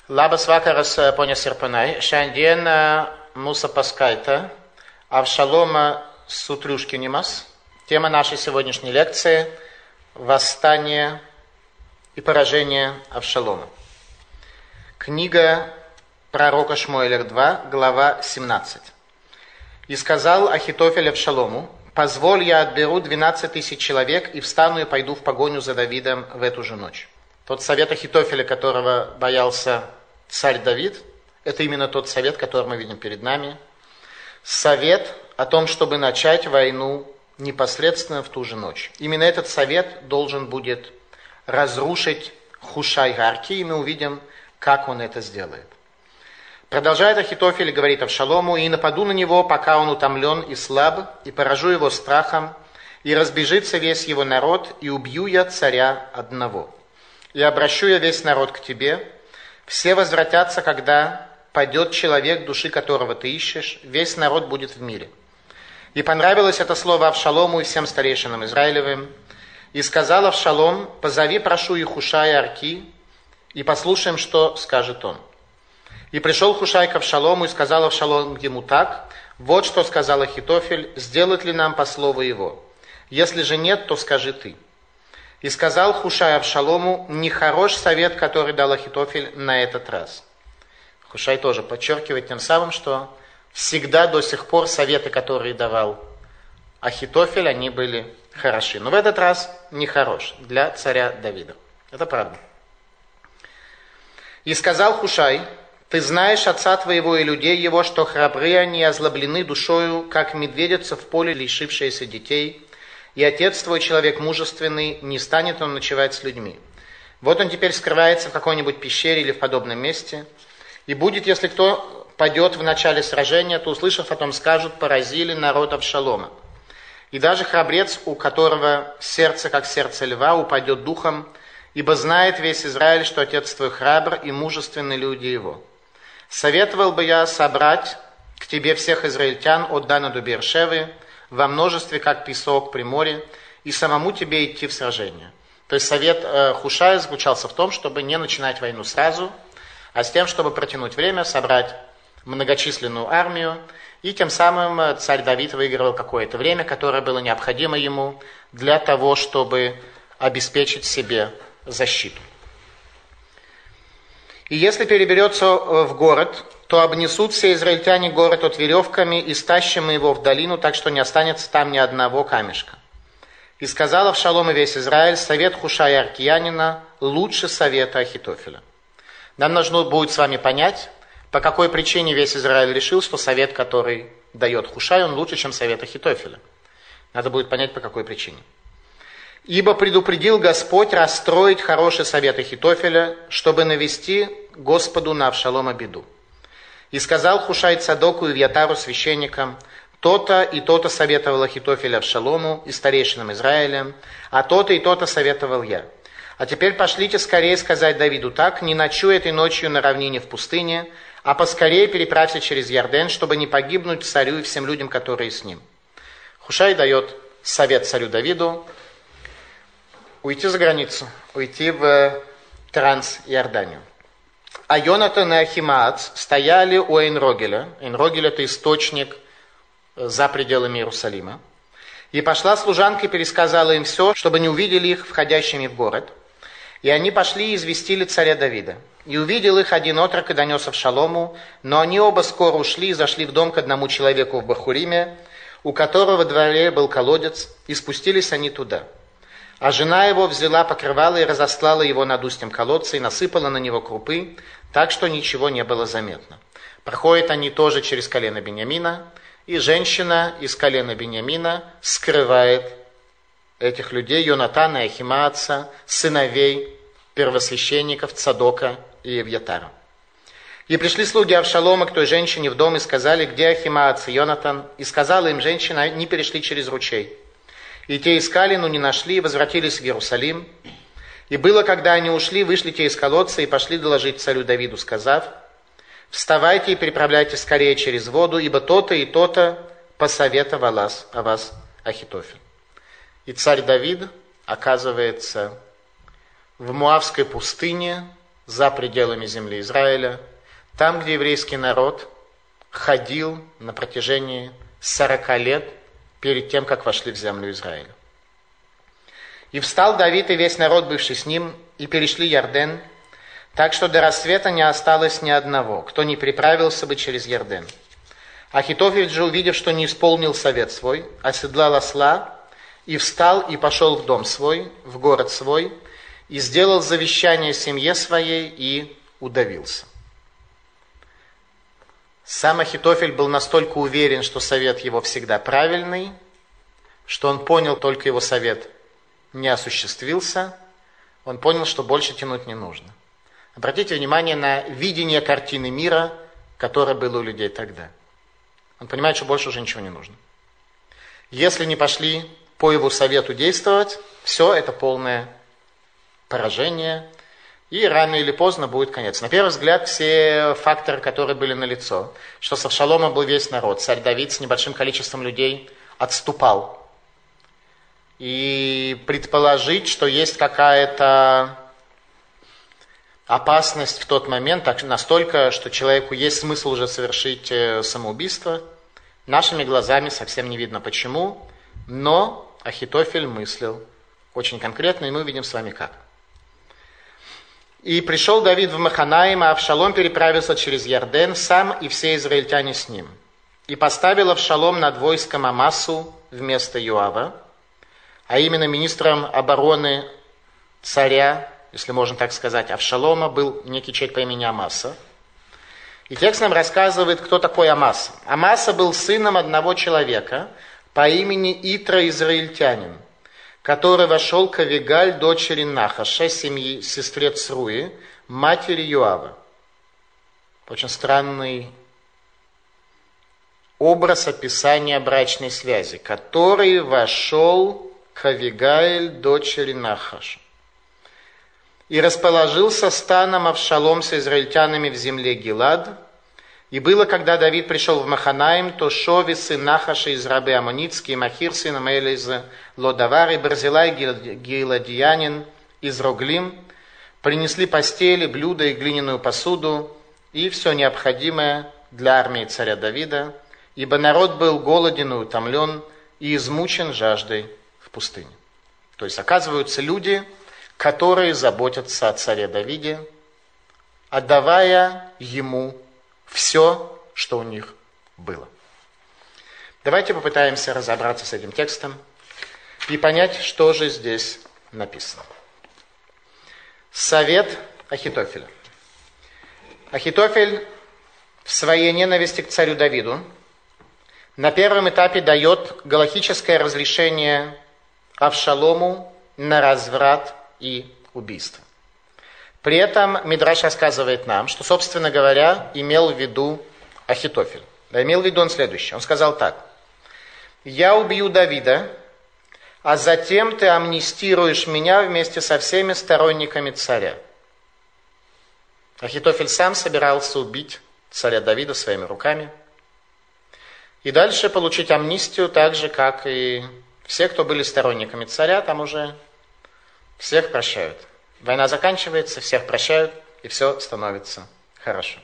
Labas vakaras, ponios ir panai. Šiandien mūsų paskaita Авшалома сутрюшкинимас. Тема нашей сегодняшней лекции – восстание и поражение Авшалома. Книга пророка Шмуэля 2, глава 17. «И сказал Ахитофель Авшалому: позволь, я отберу 12 тысяч человек и встану и пойду в погоню за Давидом в эту же ночь». Тот совет Ахитофеля, которого боялся царь Давид, это именно тот совет, который мы видим перед нами. Совет о том, чтобы начать войну непосредственно в ту же ночь. Именно этот совет должен будет разрушить Хушай Гарки, и мы увидим, как он это сделает. Продолжает Ахитофель и говорит Авшалому: «И нападу на него, пока он утомлен и слаб, и поражу его страхом, и разбежится весь его народ, и убью я царя одного. И обращу я весь народ к тебе. Все возвратятся, когда пойдет человек, души которого ты ищешь, весь народ будет в мире». И понравилось это слово Авшалому и всем старейшинам Израилевым. И сказал Авшалом: позови, прошу, и Хушая Арки, и послушаем, что скажет он. И пришел Хушай к Авшалому, и сказал Авшалом ему так: вот что сказал Ахитофель, сделать ли нам по слову его? Если же нет, то скажи ты. И сказал Хушай Авшалому: нехорош совет, который дал Ахитофель на этот раз. Хушай тоже подчеркивает тем самым, что всегда до сих пор советы, которые давал Ахитофель, они были хороши. Но в этот раз нехорош для царя Давида. Это правда. И сказал Хушай: ты знаешь отца твоего и людей его, что храбры они и озлоблены душою, как медведица в поле, лишившаяся детей. И отец твой, человек мужественный, не станет он ночевать с людьми. Вот он теперь скрывается в какой-нибудь пещере или в подобном месте. И будет, если кто падет в начале сражения, то, услышав о том, скажут: поразили народ Авшалома. И даже храбрец, у которого сердце, как сердце льва, упадет духом, ибо знает весь Израиль, что отец твой храбр и мужественны люди его. Советовал бы я собрать к тебе всех израильтян от Дана до Бершевы, во множестве, как песок при море, и самому тебе идти в сражение». То есть совет Хушая заключался в том, чтобы не начинать войну сразу, а с тем, чтобы протянуть время, собрать многочисленную армию, и тем самым царь Давид выигрывал какое-то время, которое было необходимо ему для того, чтобы обеспечить себе защиту. «И если переберется в город, то обнесут все израильтяне город от веревками и стащим его в долину, так что не останется там ни одного камешка. И сказал Авшалом и весь Израиль: совет Хушая Аркиянина лучше совета Ахитофеля». Нам нужно будет с вами понять, по какой причине весь Израиль решил, что совет, который дает Хушай, он лучше, чем совет Ахитофеля. Надо будет понять, по какой причине. «Ибо предупредил Господь расстроить хороший совет Ахитофеля, чтобы навести Господу на Авшалома беду. И сказал Хушай Цадоку и Вьятару священникам: то-то и то-то советовал Ахитофель Авшалому и старейшинам Израиля, а то-то и то-то советовал я. А теперь пошлите скорее сказать Давиду так: не ночуй этой ночью на равнине в пустыне, а поскорее переправься через Ярден, чтобы не погибнуть царю и всем людям, которые с ним». Хушай дает совет царю Давиду уйти за границу, уйти в Транс-Иорданию. А Йонатан и Ахимаац стояли у Эйн-Рогеля. Эйн-Рогель – это источник за пределами Иерусалима. И пошла служанка и пересказала им все, чтобы не увидели их входящими в город. И они пошли и известили царя Давида. И увидел их один отрок и донес Авшалому, но они оба скоро ушли и зашли в дом к одному человеку в Бахуриме, у которого во дворе был колодец, и спустились они туда. А жена его взяла покрывало и разослала его над устьем колодца и насыпала на него крупы, так что ничего не было заметно. Проходят они тоже через колено Беньямина, и женщина из колена Беньямина скрывает этих людей, Йонатана и Ахимааца, сыновей первосвященников Цадока и Евьятара. И пришли слуги Авшалома к той женщине в дом и сказали: где Ахимаац и Йонатан? И сказала им женщина: они перешли через ручей. И те искали, но не нашли, и возвратились в Иерусалим. И было, когда они ушли, вышли те из колодца и пошли доложить царю Давиду, сказав: вставайте и переправляйте скорее через воду, ибо то-то и то-то посоветовал о вас Ахитофель. И царь Давид оказывается в Моавской пустыне за пределами земли Израиля, там, где еврейский народ ходил на протяжении 40 лет перед тем, как вошли в землю Израиля. «И встал Давид и весь народ, бывший с ним, и перешли Ярден, так что до рассвета не осталось ни одного, кто не переправился бы через Ярден. Ахитофель же, увидев, что не исполнил совет свой, оседлал осла, и встал и пошел в дом свой, в город свой, и сделал завещание семье своей, и удавился». Сам Ахитофель был настолько уверен, что совет его всегда правильный, что он понял, только его совет не осуществился, он понял, что больше тянуть не нужно. Обратите внимание на видение картины мира, которое было у людей тогда. Он понимает, что больше уже ничего не нужно. Если не пошли по его совету действовать, все это полное поражение, и рано или поздно будет конец. На первый взгляд, все факторы, которые были налицо, что с Авшаломом был весь народ, царь Давид с небольшим количеством людей отступал. И предположить, что есть какая-то опасность в тот момент, так настолько, что человеку есть смысл уже совершить самоубийство, нашими глазами совсем не видно почему, но Ахитофель мыслил очень конкретно, и мы увидим с вами как. «И пришел Давид в Маханаим, а Авшалом переправился через Ярден, сам и все израильтяне с ним. И поставил Авшалом над войском Амасу вместо Йоава, а именно министром обороны царя, если можно так сказать, Авшалома, был некий человек по имени Амаса. И текст нам рассказывает, кто такой Амаса. Амаса был сыном одного человека по имени Итра израильтянин, который вошел к Авигаль, дочери Нахаша, семьи сестре Цруи, матери Йоава. Очень странный образ описания брачной связи, который вошел к Авигаль, дочери Нахаша. И расположился станом Авшалом с израильтянами в земле Гилад. И было, когда Давид пришел в Маханаим, то Шови, сын Нахаша из рабы Аммонитские, Махир, сын Амеля из Лодавар, и Барзилай, гиладиянин из Роглим, принесли постели, блюда и глиняную посуду, и все необходимое для армии царя Давида, ибо народ был голоден и утомлен, и измучен жаждой в пустыне. То есть оказываются люди, которые заботятся о царе Давиде, отдавая ему все, что у них было. Давайте попытаемся разобраться с этим текстом и понять, что же здесь написано. Совет Ахитофеля. Ахитофель в своей ненависти к царю Давиду на первом этапе дает галахическое разрешение Авшалому на разврат и убийство. При этом Мидраш рассказывает нам, что, собственно говоря, имел в виду Ахитофель. Да, имел в виду он следующее. Он сказал так: «Я убью Давида, а затем ты амнистируешь меня вместе со всеми сторонниками царя». Ахитофель сам собирался убить царя Давида своими руками и дальше получить амнистию, так же, как и все, кто были сторонниками царя, там уже всех прощают. Война заканчивается, всех прощают, и все становится хорошо.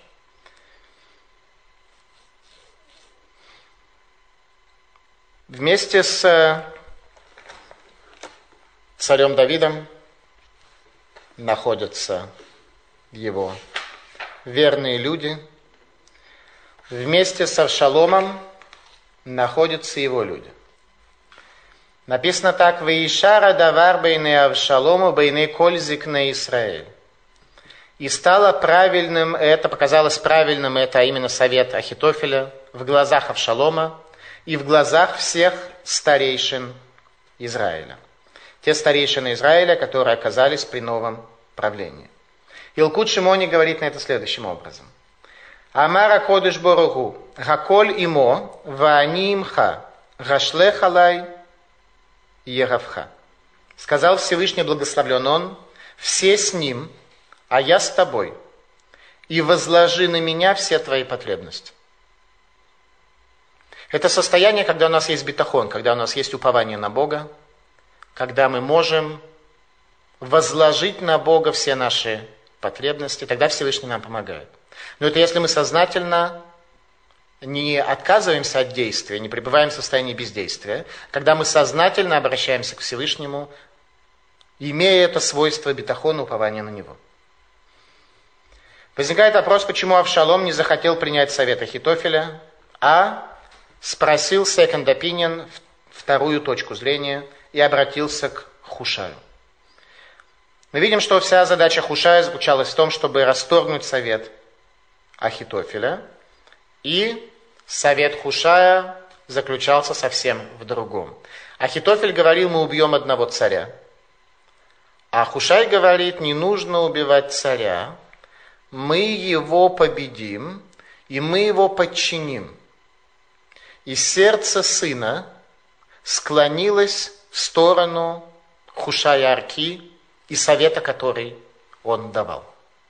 Вместе с царем Давидом находятся его верные люди. Вместе с Авшаломом находятся его люди. Написано так: «Ваишара давар бейне Авшалому бейне коль зикне Исраэль». И стало правильным это, показалось правильным это, а именно совет Ахитофеля в глазах Авшалома и в глазах всех старейшин Израиля. Те старейшины Израиля, которые оказались при новом правлении. Илкут Шимони говорит на это следующим образом: «Амара кодыш боругу, гаколь имо, ваани имха, гашлех алай Еравха». Сказал Всевышний, благословлен он: «Все с ним, а я с тобой, и возложи на меня все твои потребности». Это состояние, когда у нас есть битахон, когда у нас есть упование на Бога, когда мы можем возложить на Бога все наши потребности, тогда Всевышний нам помогает. Но это если мы сознательно не отказываемся от действия, не пребываем в состоянии бездействия, когда мы сознательно обращаемся к Всевышнему, имея это свойство битахона, упования на Него. Возникает вопрос, почему Авшалом не захотел принять совет Ахитофеля, а спросил second opinion, вторую точку зрения, и обратился к Хушаю. Мы видим, что вся задача Хушая заключалась в том, чтобы расторгнуть совет Ахитофеля, и совет Хушая заключался совсем в другом. Ахитофель говорил, мы убьем одного царя. А Хушай говорит, не нужно убивать царя, мы его победим, и мы его подчиним. И сердце сына склонилось в сторону Хушая Арки и совета, который он давал.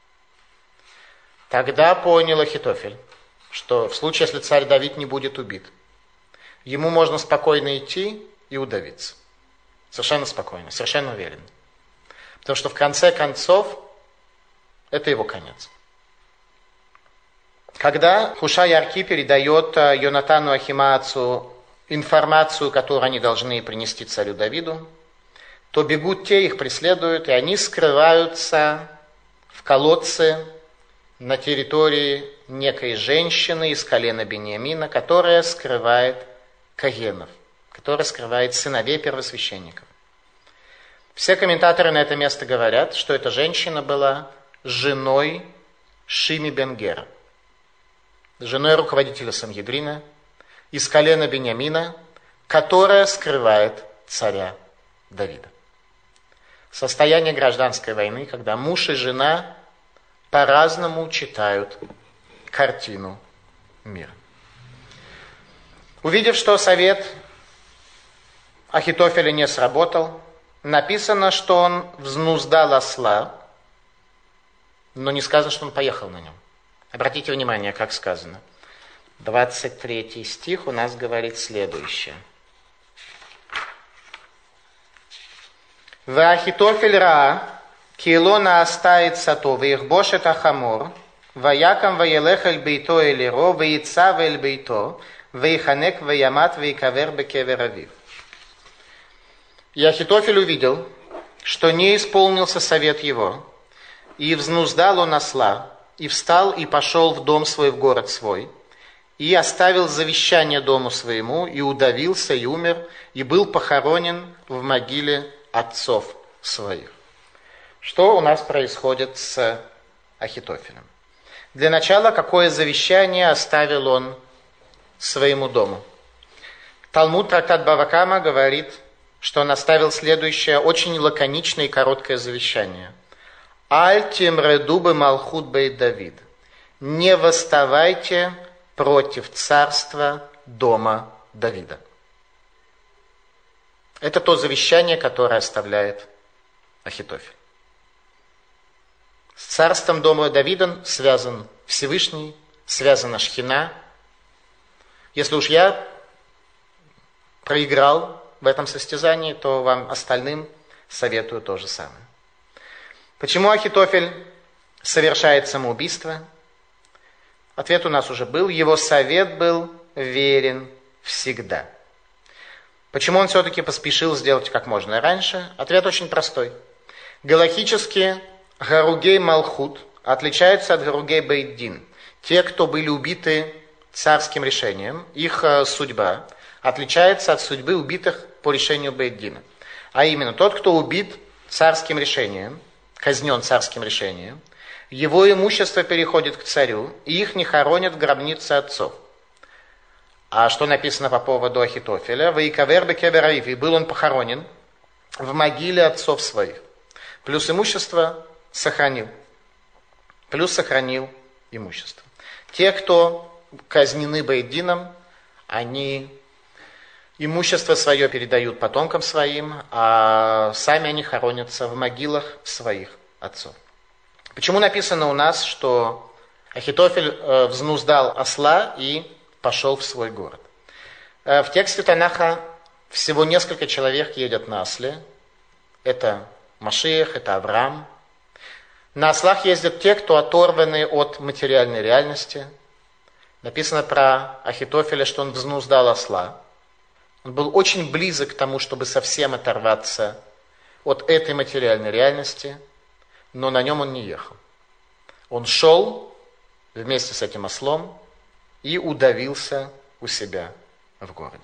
Тогда понял Ахитофель, что в случае, если царь Давид не будет убит, ему можно спокойно идти и удавиться. Совершенно спокойно, совершенно уверенно. Потому что в конце концов это его конец. Когда Хушай Арки передает Йонатану Ахимаацу информацию, которую они должны принести царю Давиду, то бегут те, их преследуют, и они скрываются в колодце на территории некой женщины из колена Беньямина, которая скрывает кагенов, которая скрывает сыновей первосвященников. Все комментаторы на это место говорят, что эта женщина была женой Шими бен Гера, женой руководителя Сангедрина из колена Беньямина, которая скрывает царя Давида. Состояние гражданской войны, когда муж и жена по-разному читают картину мира. Увидев, что совет Ахитофеля не сработал, написано, что он взнуздал осла, но не сказано, что он поехал на нем. Обратите внимание, как сказано. 23 стих у нас говорит следующее. «Ваахитофель ра, кило наастает сато, ваихбошет ахамор, ваякам ваелех эль бейто элиро, ваицав эль бейто, ваиханек ваямат ваикавер бекевер авив». И Ахитофель увидел, что не исполнился совет его, и взнуздал он осла, и встал, и пошел в дом свой, в город свой, и оставил завещание дому своему, и удавился, и умер, и был похоронен в могиле отцов своих. Что у нас происходит с Ахитофелем? Для начала, какое завещание оставил он своему дому? Талмуд трактат Бава Кама говорит, что он оставил следующее очень лаконичное и короткое завещание. «Аль тимреду бе малхут бейт Давид». «Не восставайте против царства дома Давида». Это то завещание, которое оставляет Ахитофель. С царством дома Давида связан Всевышний, связана Шхина. Если уж я проиграл в этом состязании, то вам остальным советую то же самое. Почему Ахитофель совершает самоубийство? Ответ у нас уже был. Его совет был верен всегда. Почему он все-таки поспешил сделать как можно раньше? Ответ очень простой. Галахически Гаругей Малхут отличаются от Гаругей Бейт-Дин. Те, кто были убиты царским решением, их судьба отличается от судьбы убитых по решению Бейт-Дина. А именно, тот, кто убит царским решением, казнен царским решением, его имущество переходит к царю, и их не хоронят в гробнице отцов. А что написано по поводу Ахитофеля? «Ваикавер бекевер авив», и был он похоронен в могиле отцов своих. Плюс имущество сохранил. Плюс сохранил имущество. Те, кто казнены Бейт-Дином, они имущество свое передают потомкам своим, а сами они хоронятся в могилах своих отцов. Почему написано у нас, что Ахитофель взнуздал осла и пошел в свой город? В тексте Танаха всего несколько человек едет на осле. Это Машиах, это Авраам. На ослах ездят те, кто оторваны от материальной реальности. Написано про Ахитофеля, что он взнуздал осла. Он был очень близок к тому, чтобы совсем оторваться от этой материальной реальности, но на нем он не ехал. Он шел вместе с этим ослом и удавился у себя в городе.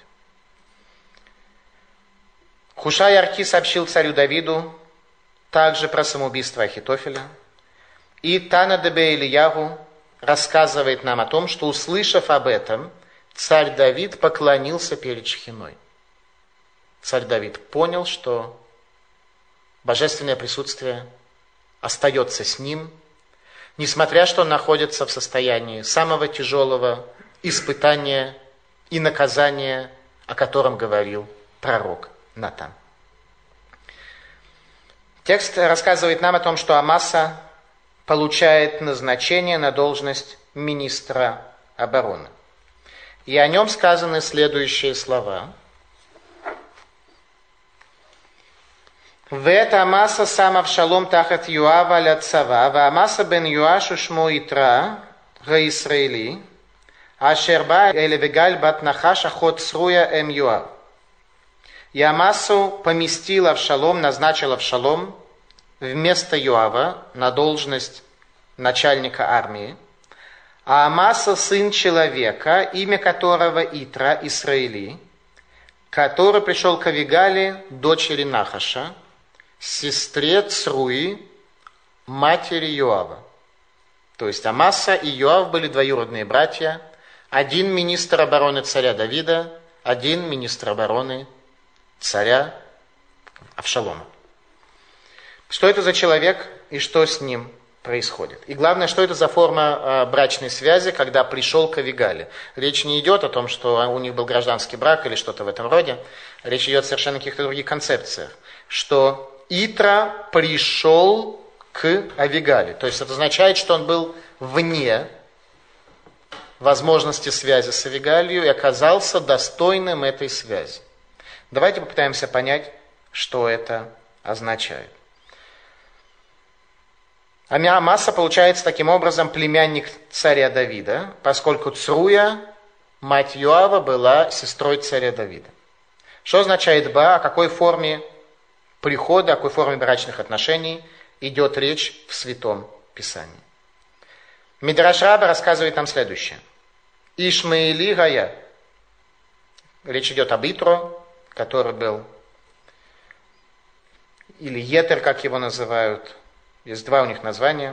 Хушай Арки сообщил царю Давиду также про самоубийство Ахитофеля. И Тана Дебе Ильягу рассказывает нам о том, что, услышав об этом, царь Давид поклонился перед Шхиной. Царь Давид понял, что божественное присутствие остается с ним, несмотря что он находится в состоянии самого тяжелого испытания и наказания, о котором говорил пророк Натан. Текст рассказывает нам о том, что Амаса получает назначение на должность министра обороны. И о нем сказаны следующие слова. «Вет Амаса сам Авшалом тахат Юава ля цава, ва Амаса бен Юаш ушмо Итра, га-Исраили, ашер ба элевегаль бат Нахаш ахот Сруя эм Юав». И Амасу поместил Авшалом, назначил Авшалом вместо Юава на должность начальника армии. А Амаса сын человека, имя которого Итра, Исраили, который пришел к Авигале, дочери Нахаша, сестре Цруи, матери Юава. То есть Амаса и Юав были двоюродные братья. Один министр обороны царя Давида, один министр обороны царя Авшалома. Что это за человек и что с ним происходит? И главное, что это за форма брачной связи, когда пришел к Авигале? Речь не идет о том, что у них был гражданский брак или что-то в этом роде. Речь идет совершенно о каких-то других концепциях. Что Итра пришел к Авигале. То есть это означает, что он был вне возможности связи с Авигалью и оказался достойным этой связи. Давайте попытаемся понять, что это означает. Амаса получается таким образом племянник царя Давида, поскольку Цруя, мать Юава, была сестрой царя Давида. Что означает ба, о какой форме прихода, о какой форме брачных отношений идет речь в Святом Писании? Мидраш Раба рассказывает нам следующее. Ишмаили Гая. Речь идет об Итро, который был, или Етер, как его называют. Есть два у них названия.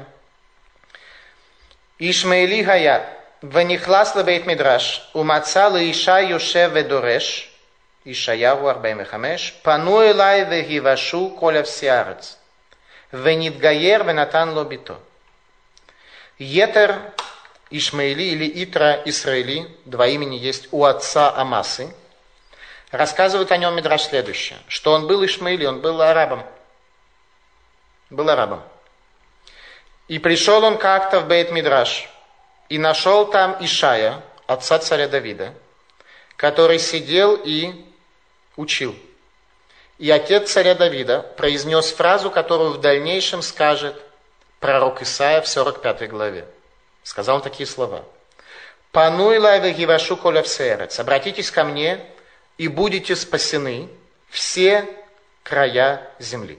Ишмаили Гая. Ванихлас лебейт мидраш. Умацал иша юшев ведореш. Ишаяву 45. Пану элай вегивашу коля всеарец. Венитгаер венатан лобито. Етер Ишмаили или Итра Исраили, два имени есть у отца Амасы, рассказывает о нем мидраш следующее, что он был Ишмаили, он был арабом. Был арабом. И пришел он как-то в Бейт-Мидраш, и нашел там Ишая, отца царя Давида, который сидел и учил. И отец царя Давида произнес фразу, которую в дальнейшем скажет пророк Исаия в 45 главе. Сказал он такие слова. «Пану илай вегивашу коля всеэрец». Обратитесь ко мне, и будете спасены все края земли.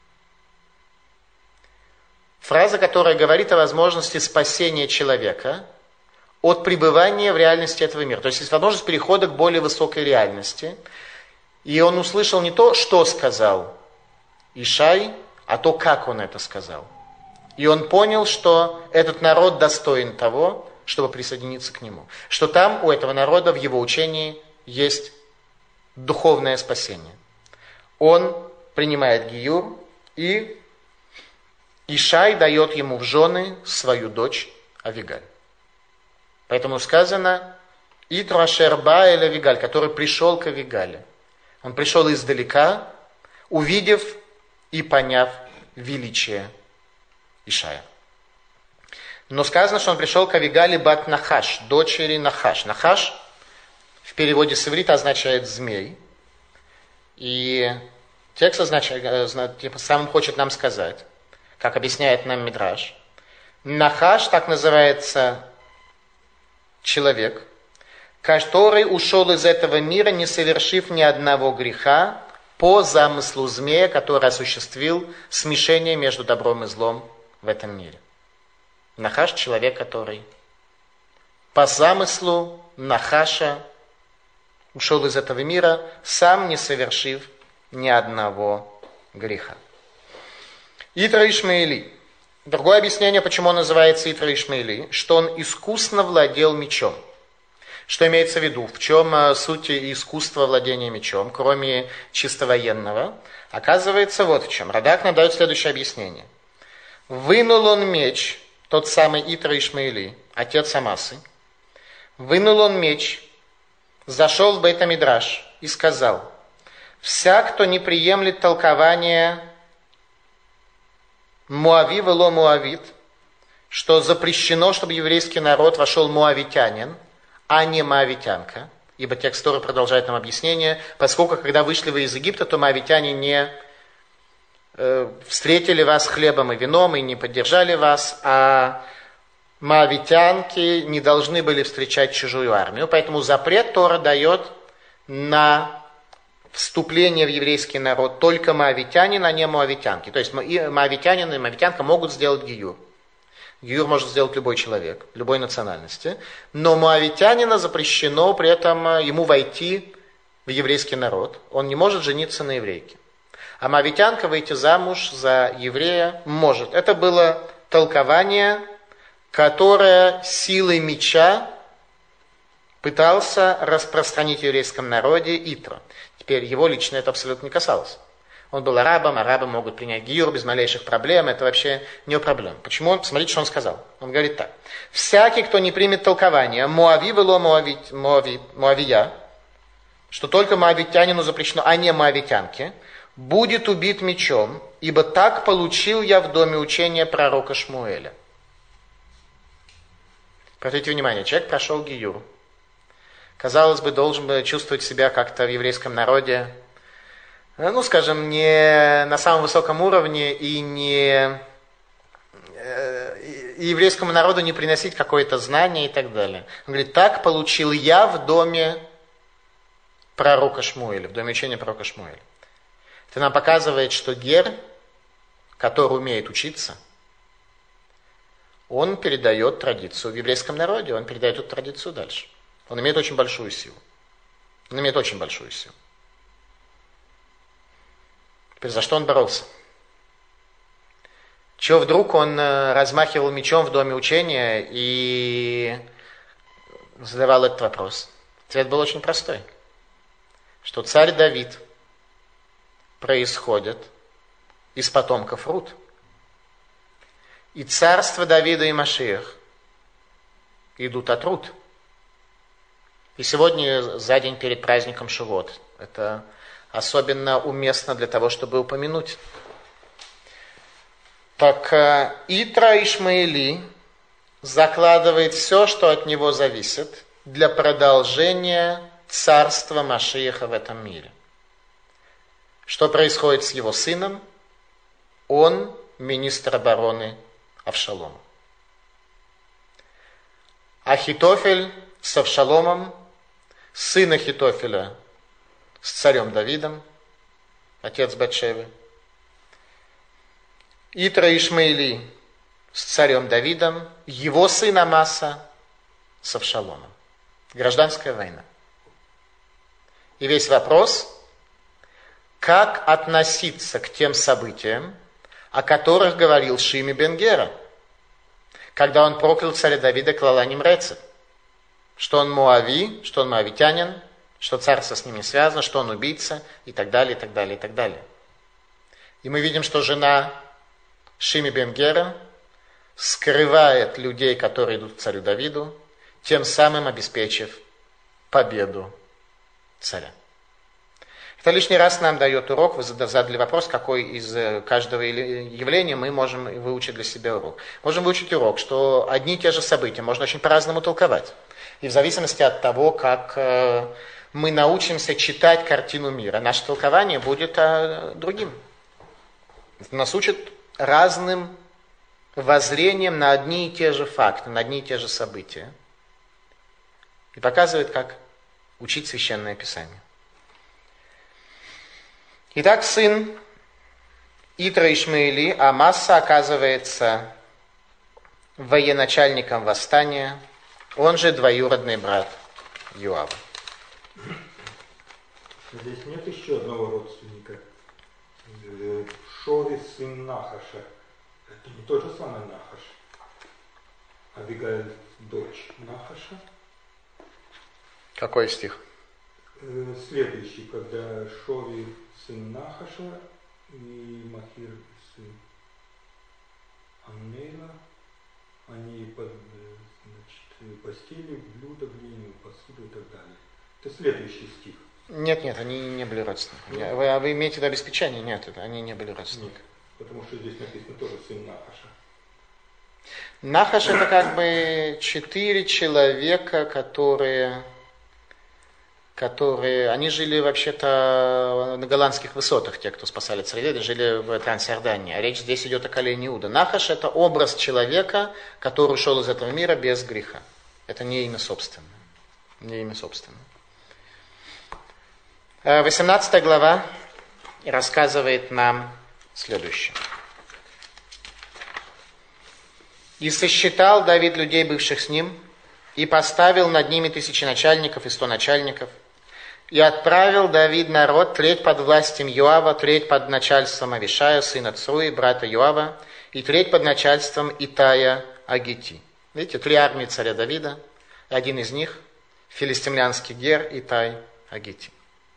Фраза, которая говорит о возможности спасения человека от пребывания в реальности этого мира. То есть есть возможность перехода к более высокой реальности. И он услышал не то, что сказал Ишай, а то, как он это сказал. И он понял, что этот народ достоин того, чтобы присоединиться к нему. Что там у этого народа в его учении есть духовное спасение. Он принимает гиюр, и Ишай дает ему в жены свою дочь Авигаль. Поэтому сказано «Итру ашер ба эль Авигаль», который пришел к Авигале. Он пришел издалека, увидев и поняв величие Ишая. Но сказано, что он пришел к Авигале бат Нахаш, дочери Нахаш. Нахаш в переводе с иврита означает змей. И текст означает, тем самым хочет нам сказать, как объясняет нам Мидраш. Нахаш, так называется человек, который ушел из этого мира, не совершив ни одного греха, по замыслу змея, который осуществил смешение между добром и злом в этом мире. Нахаш – человек, который по замыслу Нахаша ушел из этого мира, сам не совершив ни одного греха. Итро Ишмаэли. Другое объяснение, почему он называется Итро Ишмаэли, что он искусно владел мечом. Что имеется в виду? В чем суть искусства владения мечом, кроме чисто военного? Оказывается, вот в чем. Радак нам дает следующее объяснение. Вынул он меч, тот самый Итро Ишмаэли, отец Амасы, вынул он меч, зашел в Бейт-Мидраш и сказал: «Всяк, кто не приемлет толкование Муави вело Муавит, что запрещено, чтобы еврейский народ вошел муавитянин, а не моавитянка». Ибо текст Торы продолжает нам объяснение, поскольку, когда вышли вы из Египта, то моавитяне не встретили вас хлебом и вином и не поддержали вас, а моавитянки не должны были встречать чужую армию. Поэтому запрет Тора дает на вступление в еврейский народ только моавитянин, а не моавитянки. То есть и моавитянин, и моавитянка могут сделать гиюр. Гиюр может сделать любой человек, любой национальности. Но моавитянина запрещено при этом ему войти в еврейский народ. Он не может жениться на еврейке. А моавитянка выйти замуж за еврея может. Это было толкование, которое силой меча пытался распространить в еврейском народе Итро. Теперь его лично это абсолютно не касалось. Он был арабом, арабы могут принять гиюр без малейших проблем, это вообще не проблема. Почему? Посмотрите, что он сказал. Он говорит так. «Всякий, кто не примет толкование Муави вело Муавия, что только моавитянину запрещено, а не моавитянке, будет убит мечом, ибо так получил я в доме учения пророка Шмуэля». Обратите внимание, человек прошел гиюр. Казалось бы, должен бы чувствовать себя как-то в еврейском народе, ну, скажем, не на самом высоком уровне и не и еврейскому народу не приносить какое-то знание и так далее. Он говорит, так получил я в доме пророка Шмуэля, в доме учения пророка Шмуэля. Это нам показывает, что гер, который умеет учиться, он передает традицию в еврейском народе, он передает эту традицию дальше. Он имеет очень большую силу. Он имеет очень большую силу. Теперь за что он боролся? Чего вдруг он размахивал мечом в доме учения и задавал этот вопрос? Ответ был очень простой. Что царь Давид происходит из потомков Рут. И царство Давида и Машиах идут от Рут. И сегодня, за день перед праздником Шивот, это особенно уместно для того, чтобы упомянуть. Так Итро Ишмаэли закладывает все, что от него зависит, для продолжения царства Машиаха в этом мире. Что происходит с его сыном? Он министр обороны Авшалома. Ахитофель с Авшаломом, сын Ахитофеля с царем Давидом, отец Батшевы. Итро Ишмаэли с царем Давидом, его сын Амаса с Авшаломом. Гражданская война. И весь вопрос, как относиться к тем событиям, о которых говорил Шими бен Гера, когда он проклял царя Давида клала Нимрецет, что он муави, что он моавитянин, что царство с ним не связано, что он убийца и так далее, и так далее, и так далее. И мы видим, что жена Шими бен Гера скрывает людей, которые идут к царю Давиду, тем самым обеспечив победу царя. Это лишний раз нам дает урок. Вы задали вопрос, какой из каждого явления мы можем выучить для себя урок. Можем выучить урок, что одни и те же события можно очень по-разному толковать. И в зависимости от того, как мы научимся читать картину мира, наше толкование будет другим. Это нас учит разным воззрением на одни и те же факты, на одни и те же события. И показывает, как учить Священное Писание. Итак, сын Итра Ишмаэли, Амаса, оказывается военачальником восстания, он же двоюродный брат Йоава. Здесь нет еще одного родственника. Шови, сын Нахаша. Это не тот же самый Нахаш. Абигаиль, дочь Нахаша. Какой стих? Следующий, когда Шови, сын Нахаша, и Махир, сын Аннейла, они постели, блюда, глиняную посуду и так далее. Это следующий стих. Нет, они не были родственниками. Вы имеете в виду обеспечение? Нет, они не были родственниками. Нет, потому что здесь написано тоже сын Нахаша. Нахаш это как бы 4 человека, которые они жили вообще-то на голландских высотах, те, кто спасали царей, жили в Трансиордании. А речь здесь идет о колене Иуда. Нахаш это образ человека, который ушел из этого мира без греха. Это не имя собственное. Не имя собственное. 18 глава рассказывает нам следующее. «И сосчитал Давид людей, бывших с ним, и поставил над ними 1000 начальников и 100 начальников, и отправил Давид народ треть под властью Йоава, треть под начальством Авишая, сына Цруи, брата Йоава, и треть под начальством Итая Агити». Видите, 3 армии царя Давида, один из них филистимлянский гер Итай Агити.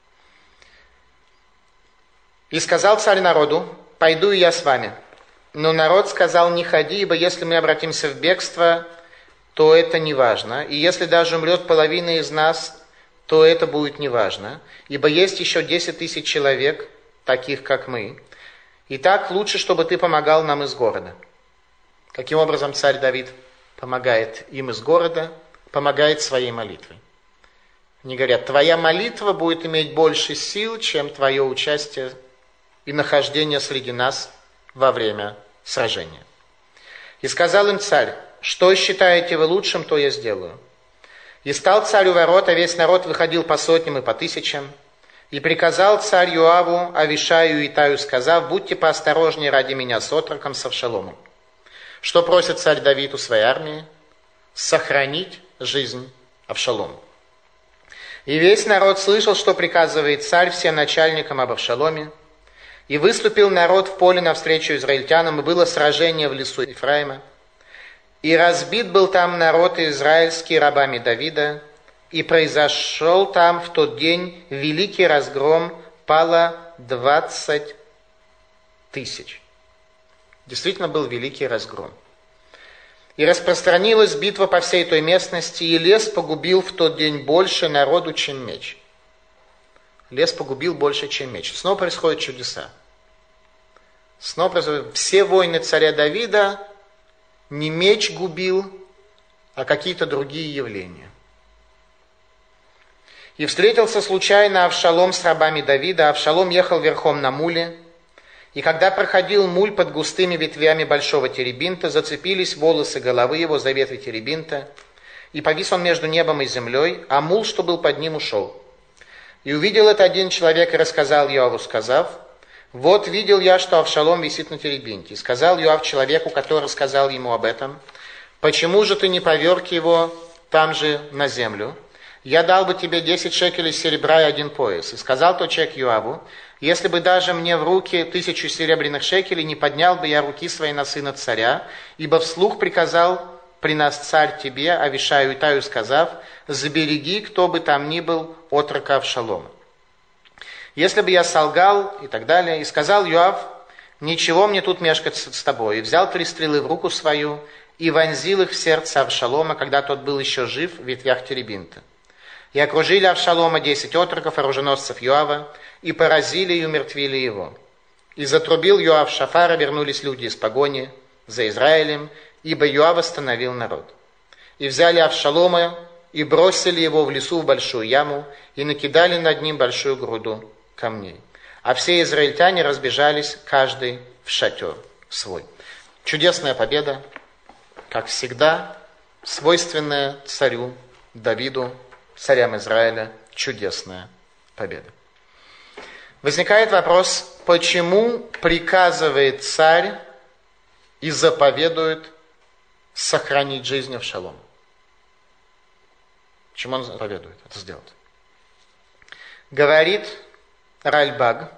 «И сказал царь народу: пойду и я с вами. Но народ сказал: не ходи, ибо если мы обратимся в бегство, то это не важно. И если даже умрет половина из нас, то это будет не важно. Ибо есть еще 10 000 человек, таких как мы. И так лучше, чтобы ты помогал нам из города». Каким образом царь Давид помогает им из города? Помогает своей молитвой. Они говорят: твоя молитва будет иметь больше сил, чем твое участие и нахождение среди нас во время сражения. «И сказал им царь: что считаете вы лучшим, то я сделаю. И стал царь у ворот, а весь народ выходил по сотням и по тысячам. И приказал царь Йоаву, Авишаю и Итаю, сказав: будьте поосторожнее ради меня с отроком, с Авшаломом. Что просит царь Давид у своей армии? Сохранить жизнь Авшалому. И весь народ слышал, что приказывает царь всем начальникам об Авшаломе. И выступил народ в поле навстречу израильтянам, и было сражение в лесу Ефраима. И разбит был там народ израильский рабами Давида, и произошел там в тот день великий разгром, пало 20 000. Действительно был великий разгром. И распространилась битва по всей той местности, и лес погубил в тот день больше народу, чем меч. Лес погубил больше, чем меч. Снова происходят чудеса. Снова происходят все войны царя Давида не меч губил, а какие-то другие явления. И встретился случайно Авшалом с рабами Давида. Авшалом ехал верхом на муле. И когда проходил муль под густыми ветвями большого теребинта, зацепились волосы головы его за ветви теребинта, и повис он между небом и землей, а мул, что был под ним, ушел. И увидел это один человек и рассказал Йоаву, сказав: вот видел я, что Авшалом висит на теребинте. И сказал Йоав человеку, который рассказал ему об этом: почему же ты не поверг его там же на землю? Я дал бы тебе 10 шекелей серебра и 1 пояс. И сказал тот человек Йоаву: если бы даже мне в руки 1000 серебряных шекелей, не поднял бы я руки своей на сына царя, ибо вслух приказал при нас царь тебе, Авишаю и Итаю, сказав: забереги, кто бы там ни был, отрока Авшалома. Если бы я солгал, и так далее, и сказал Йоав: ничего мне тут мешкать с тобой, и взял 3 стрелы в руку свою, и вонзил их в сердце Авшалома, когда тот был еще жив в ветвях теребинта. И окружили Авшалома 10 отроков, оруженосцев Йоава, и поразили и умертвили его. И затрубил Йоав шафар, и вернулись люди из погони за Израилем, ибо Йоав остановил народ. И взяли Авшалома, и бросили его в лесу в большую яму, и накидали над ним большую груду камней. А все израильтяне разбежались, каждый в шатер свой. Чудесная победа, как всегда, свойственная царю Давиду, царям Израиля, чудесная победа. Возникает вопрос, почему приказывает царь и заповедует сохранить жизнь Авшалома? Почему он заповедует это сделать? Говорит Ральбаг: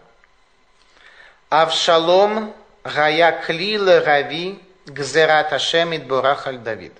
Авшалом гая кли лерави гзерат Ашем идборах аль Давид.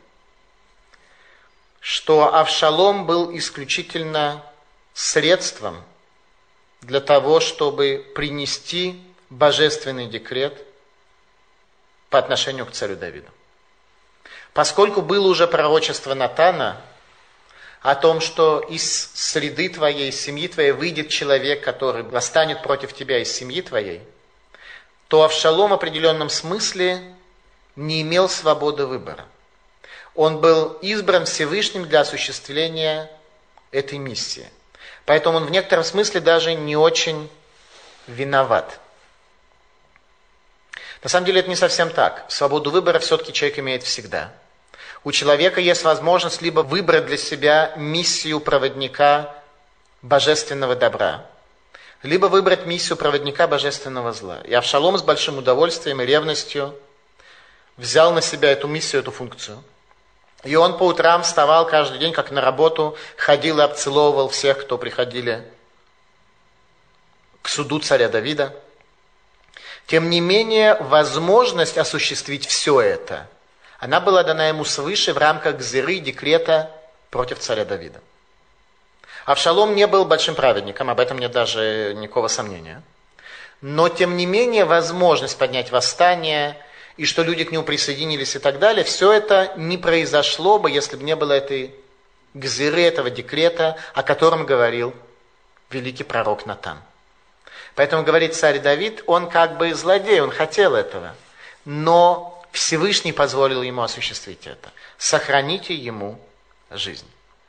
Что Авшалом был исключительно средством для того, чтобы принести божественный декрет по отношению к царю Давиду. Поскольку было уже пророчество Натана о том, что из среды твоей, из семьи твоей выйдет человек, который восстанет против тебя из семьи твоей, то Авшалом в определенном смысле не имел свободы выбора. Он был избран Всевышним для осуществления этой миссии. Поэтому он в некотором смысле даже не очень виноват. На самом деле это не совсем так. Свободу выбора все-таки человек имеет всегда. У человека есть возможность либо выбрать для себя миссию проводника божественного добра, либо выбрать миссию проводника божественного зла. И Авшалом с большим удовольствием и ревностью взял на себя эту миссию, эту функцию. И он по утрам вставал каждый день, как на работу, ходил и обцеловывал всех, кто приходили к суду царя Давида. Тем не менее, возможность осуществить все это, она была дана ему свыше в рамках гзиры, декрета против царя Давида. Авшалом не был большим праведником, об этом нет даже никакого сомнения. Но, тем не менее, возможность поднять восстание, и что люди к нему присоединились и так далее, все это не произошло бы, если бы не было этой гзиры, этого декрета, о котором говорил великий пророк Натан. Поэтому говорит царь Давид, он как бы злодей, он хотел этого, но Всевышний позволил ему осуществить это. Сохраните ему жизнь.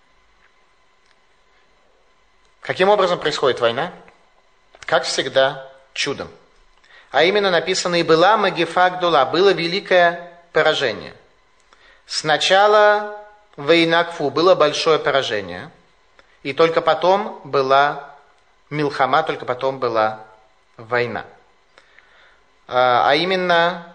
Каким образом происходит война? Как всегда, чудом. А именно написано: «И была магифа гдула», было великое поражение. Сначала вейнакфу, было большое поражение, и только потом была милхама, только потом была война. А именно,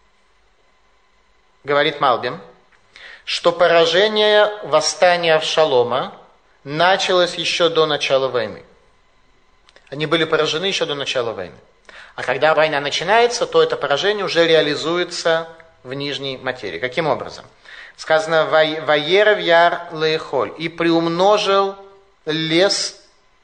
говорит Малбим, что поражение восстания Авшалома началось еще до начала войны. Они были поражены еще до начала войны. А когда война начинается, то это поражение уже реализуется в нижней материи. Каким образом? Сказано: «Ваерев яр леехоль», и приумножил лес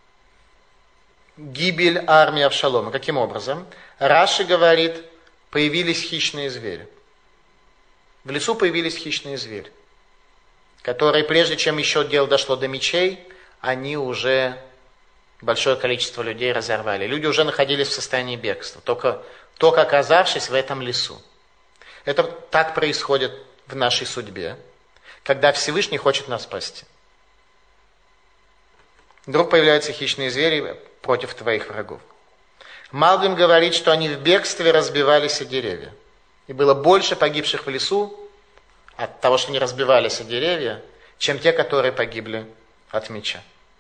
гибель армии Авшалома. Каким образом? Раши говорит, появились хищные звери. В лесу появились хищные звери, которые, прежде чем еще дело дошло до мечей, они уже большое количество людей разорвали. Люди уже находились в состоянии бегства, только оказавшись в этом лесу. Это так происходит в нашей судьбе, когда Всевышний хочет нас спасти. Вдруг появляются хищные звери против твоих врагов. Малбим говорит, что они в бегстве разбивались о деревья. И было больше погибших в лесу от того, что не разбивались о деревья, чем те, которые погибли от меча.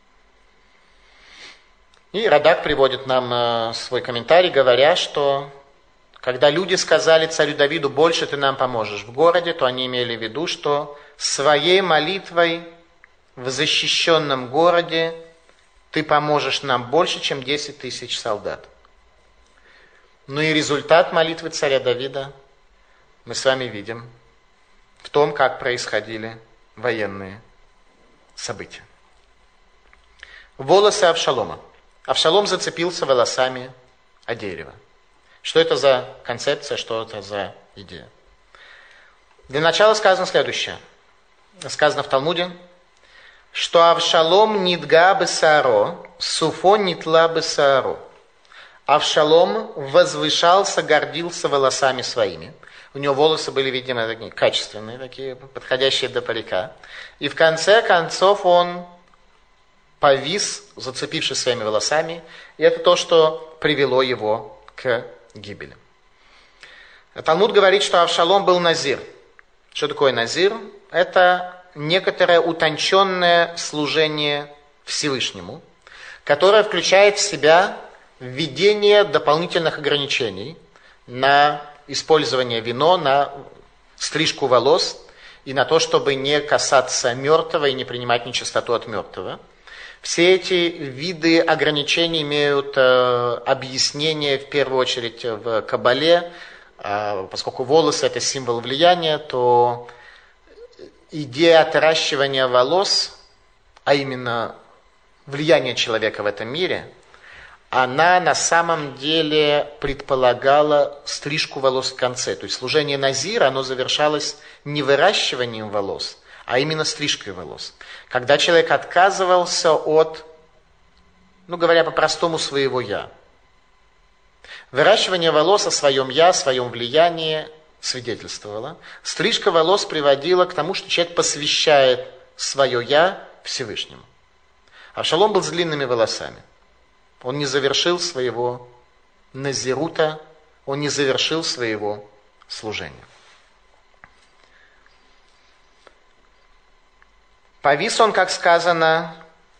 И Радак приводит нам свой комментарий, говоря, что когда люди сказали царю Давиду: больше ты нам поможешь в городе, то они имели в виду, что своей молитвой в защищенном городе ты поможешь нам больше, чем 10 тысяч солдат. Ну и результат молитвы царя Давида мы с вами видим в том, как происходили военные события. Волосы Авшалома. Авшалом зацепился волосами о дерево. Что это за концепция, что это за идея? Для начала сказано следующее. Сказано в Талмуде, что Авшалом нидга бесааро, суфо нитла бесааро. Авшалом возвышался, гордился волосами своими. У него волосы были, видимо, такие качественные, такие подходящие до парика. И в конце концов он повис, зацепившись своими волосами, и это то, что привело его к гибели. Талмуд говорит, что Авшалом был назир. Что такое назир? Это некоторое утонченное служение Всевышнему, которое включает в себя введение дополнительных ограничений на использование вино, на стрижку волос и на то, чтобы не касаться мертвого и не принимать нечистоту от мертвого. Все эти виды ограничений имеют объяснение в первую очередь в Кабале, поскольку волосы это символ влияния, то идея отращивания волос, а именно влияние человека в этом мире, она на самом деле предполагала стрижку волос в конце. То есть служение назира, оно завершалось не выращиванием волос, а именно стрижкой волос. Когда человек отказывался от, говоря по-простому, своего «я». Выращивание волос о своем «я», о своем влиянии свидетельствовало. Стрижка волос приводила к тому, что человек посвящает свое «я» Всевышнему. Авшалом был с длинными волосами. Он не завершил своего назирута, он не завершил своего служения. Повис он, как сказано,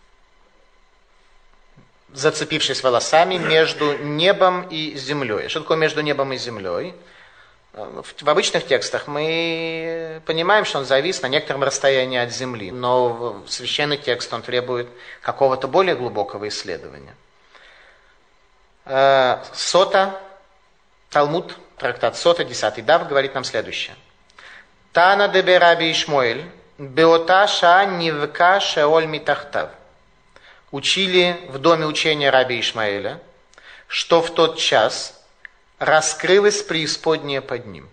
зацепившись волосами, между небом и землей. Что такое между небом и землей? В обычных текстах мы понимаем, что он завис на некотором расстоянии от земли, но священный текст он требует какого-то более глубокого исследования. Сота, Талмуд, трактат Сота, 10 Дав, говорит нам следующее. Тана дебе Раби Ишмоэль, беота ша нивка шеоль митахтав. Учили в доме учения Раби Ишмаэля, что в тот час раскрылась преисподняя под ним.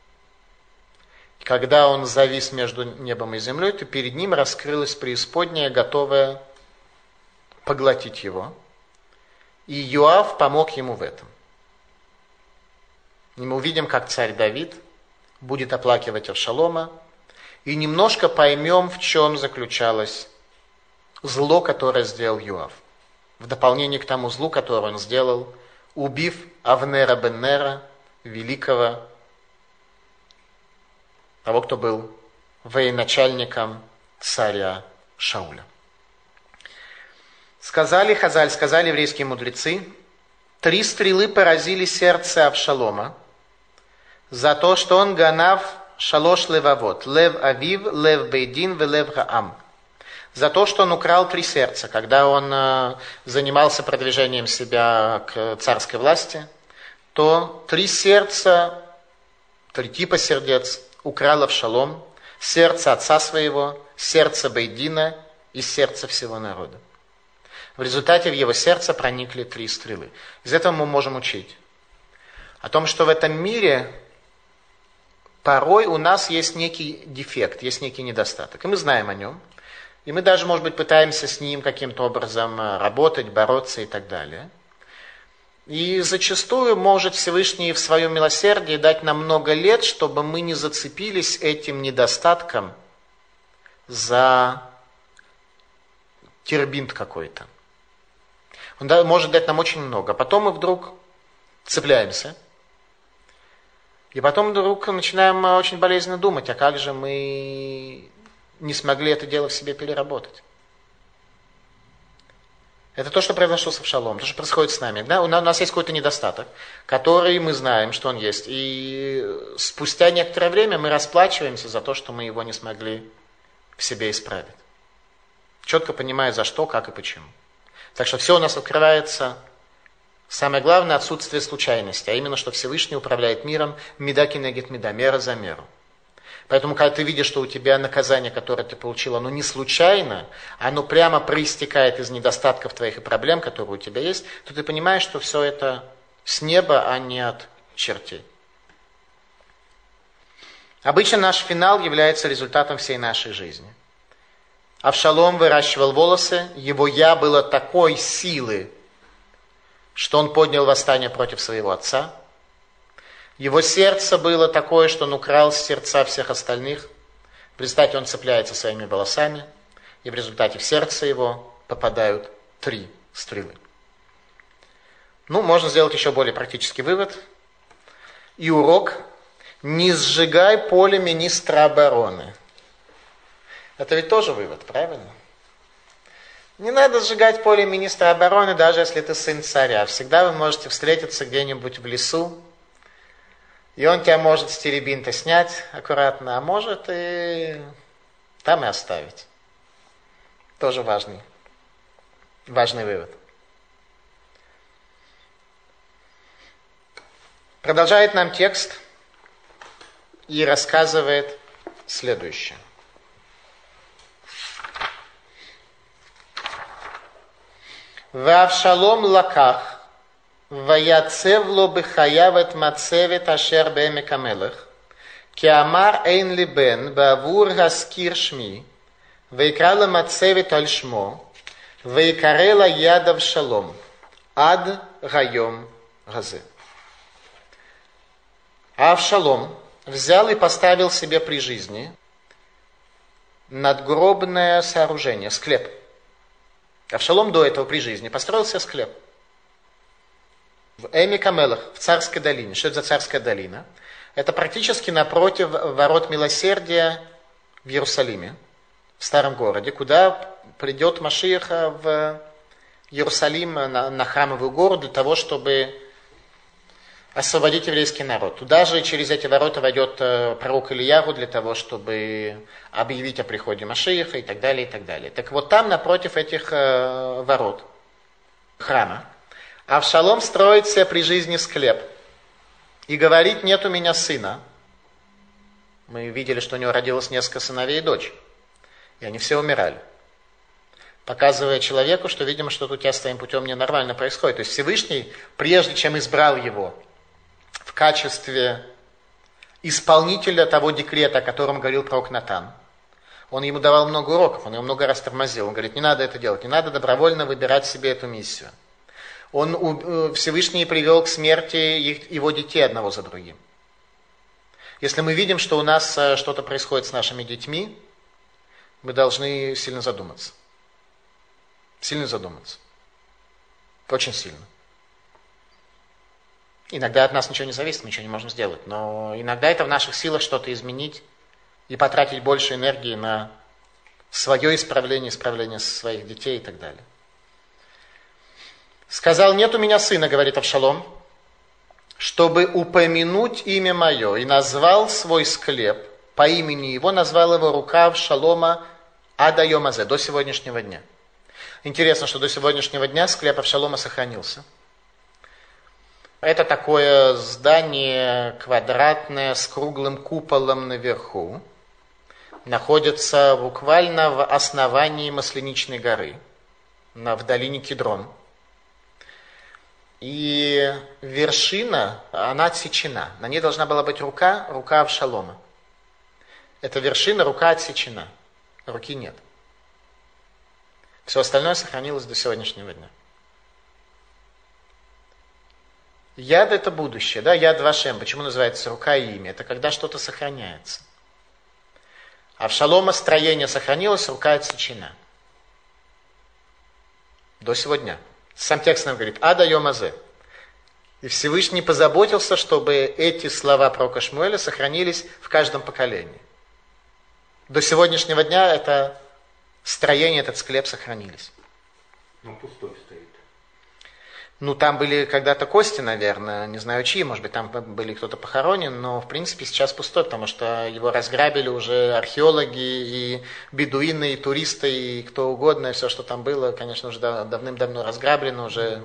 Когда он завис между небом и землей, то перед ним раскрылась преисподняя, готовая поглотить его. И Йоав помог ему в этом. И мы увидим, как царь Давид будет оплакивать Авшалома, и немножко поймем, в чем заключалось зло, которое сделал Йоав. В дополнение к тому злу, которое он сделал, убив Авнера бен Нера, великого, того, кто был военачальником царя Шауля. Сказали Хазаль, сказали еврейские мудрецы, 3 стрелы поразили сердце Авшалома за то, что он ганав шалош левавот, лев авив, лев бейдин, лев гаам. За то, что он украл 3 сердца, когда он занимался продвижением себя к царской власти, то 3 сердца, 3 типа сердец украл Авшалом: сердце отца своего, сердце Бейдина и сердце всего народа. В результате в его сердце проникли 3 стрелы. Из этого мы можем учить о том, что в этом мире порой у нас есть некий дефект, есть некий недостаток. И мы знаем о нем. И мы даже, может быть, пытаемся с ним каким-то образом работать, бороться и так далее. И зачастую может Всевышний в своем милосердии дать нам много лет, чтобы мы не зацепились этим недостатком за тербинт какой-то. Он может дать нам очень много. Потом мы вдруг цепляемся. И потом вдруг начинаем очень болезненно думать, а как же мы не смогли это дело в себе переработать. Это то, что произошло с Авшаломом, то, что происходит с нами. Да? У нас есть какой-то недостаток, который мы знаем, что он есть. И спустя некоторое время мы расплачиваемся за то, что мы его не смогли в себе исправить. Четко понимая, за что, как и почему. Так что все у нас открывается. Самое главное — отсутствие случайности, а именно, что Всевышний управляет миром мида кинегет мида, мера за меру. Поэтому, когда ты видишь, что у тебя наказание, которое ты получил, оно не случайно, оно прямо проистекает из недостатков твоих и проблем, которые у тебя есть, то ты понимаешь, что все это с неба, а не от чертей. Обычно наш финал является результатом всей нашей жизни. Авшалом выращивал волосы, его «я» было такой силы, что он поднял восстание против своего отца. Его сердце было такое, что он украл сердца всех остальных. В результате он цепляется своими волосами, и в результате в сердце его попадают 3 стрелы. Можно сделать еще более практический вывод и урок Не сжигай поле министра обороны. Это ведь тоже вывод, правильно? Не надо сжигать поле министра обороны, даже если ты сын царя. Всегда вы можете встретиться где-нибудь в лесу, и он тебя может с теребинта снять аккуратно, а может и там и оставить. Тоже важный вывод. Продолжает нам текст и рассказывает следующее. Вавшалом лаках, ваяцев ло бехаявет мацевет ашер беэмек амелех, ки амар эйн ли бен бавур гаскир шми, ваикрала мацевет аль шмо, ваикарела яд Авшалом, ад гайом газе. А Авшалом взял и поставил себе при жизни надгробное сооружение, склеп. Авшалом до этого при жизни построил себе склеп. В Эмек Амелех, в Царской долине. Что это за Царская долина? Это практически напротив ворот милосердия в Иерусалиме, в старом городе, куда придет Машиах в Иерусалим на Храмовую гору для того, чтобы освободить еврейский народ. Туда же через эти ворота войдет пророк Ильяру для того, чтобы объявить о приходе Машиаха и так далее, и так далее. Так вот там, напротив этих ворот храма, Авшалом строит себе при жизни склеп и говорит: нет у меня сына. Мы видели, что у него родилось несколько сыновей и дочь, и они все умирали. Показывая человеку, что, видимо, что-то у тебя с твоим путем ненормально происходит. То есть Всевышний, прежде чем избрал его в качестве исполнителя того декрета, о котором говорил пророк Натан, он ему давал много уроков, он его много раз тормозил. Он говорит: не надо это делать, не надо добровольно выбирать себе эту миссию. Всевышний привел к смерти его детей одного за другим. Если мы видим, что у нас что-то происходит с нашими детьми, мы должны сильно задуматься. Сильно задуматься. Очень сильно. Иногда от нас ничего не зависит, мы ничего не можем сделать. Но иногда это в наших силах что-то изменить и потратить больше энергии на свое исправление своих детей и так далее. Сказал: нет у меня сына, говорит Авшалом, чтобы упомянуть имя мое, и назвал свой склеп по имени его, назвал его рука Авшалома ад хайом азе, до сегодняшнего дня. Интересно, что до сегодняшнего дня склеп Авшалома сохранился. Это такое здание квадратное с круглым куполом наверху. Находится буквально в основании Масленичной горы, в долине Кедрон. И вершина, она отсечена. На ней должна была быть рука Авшалома. Эта вершина, рука отсечена. Руки нет. Все остальное сохранилось до сегодняшнего дня. Яд — это будущее, да, яд вашем. Почему называется рука и имя? Это когда что-то сохраняется. Авшалома строение сохранилось, рука отсечена. До сегодня. Сам текст нам говорит: ад хайом азе. И Всевышний позаботился, чтобы эти слова пророка Шмуэля сохранились в каждом поколении. До сегодняшнего дня это строение, этот склеп сохранились. Ну, пустой стоит. Ну, там были когда-то кости, наверное, не знаю чьи, может быть, там были кто-то похоронен, но, в принципе, сейчас пустой, потому что его разграбили уже археологи, и бедуины, и туристы, и кто угодно, и все, что там было, конечно, уже давным-давно разграблено уже.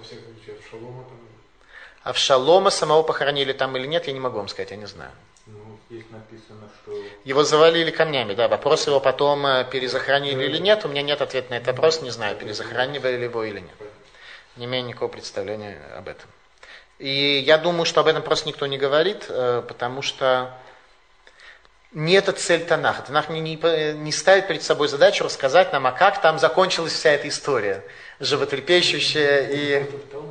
Авшалома самого похоронили там или нет, я не могу вам сказать, я не знаю. Ну, здесь написано, что... Его завалили камнями, да, вопрос его потом перезахоронили или нет, у меня нет ответа на этот вопрос, не знаю, перезахоранивали его или нет. Не имею никакого представления об этом. И я думаю, что об этом просто никто не говорит, потому что не это цель Танаха. Танах не ставит перед собой задачу рассказать нам, а как там закончилась вся эта история, животрепещущая и...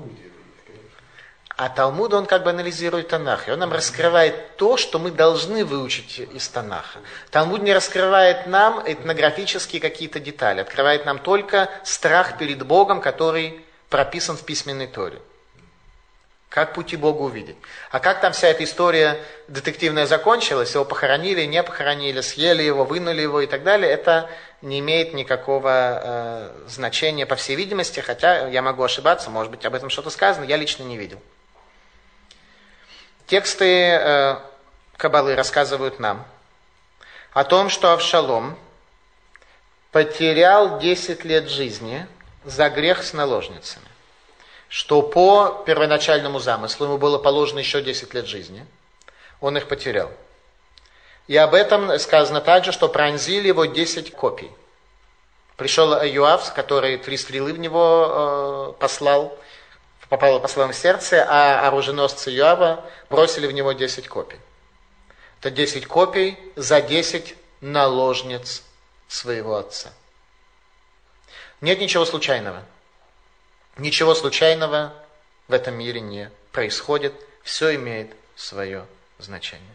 А Талмуд, он как бы анализирует Танах, и он нам раскрывает то, что мы должны выучить из Танаха. Талмуд не раскрывает нам этнографические какие-то детали, открывает нам только страх перед Богом, который прописан в письменной Торе. Как пути Бога увидеть? А как там вся эта история детективная закончилась, его похоронили, не похоронили, съели его, вынули его и так далее, это не имеет никакого значения, по всей видимости, хотя я могу ошибаться, может быть, об этом что-то сказано, я лично не видел. Тексты Каббалы рассказывают нам о том, что Авшалом потерял 10 лет жизни за грех с наложницами. Что по первоначальному замыслу ему было положено еще 10 лет жизни, он их потерял. И об этом сказано также, что пронзили его 10 копий. Пришел Йоав, который 3 стрелы в него послал в сердце, а оруженосцы Йоава бросили в него 10 копий. Это 10 копий за 10 наложниц своего отца. Нет ничего случайного. Ничего случайного в этом мире не происходит. Все имеет свое значение.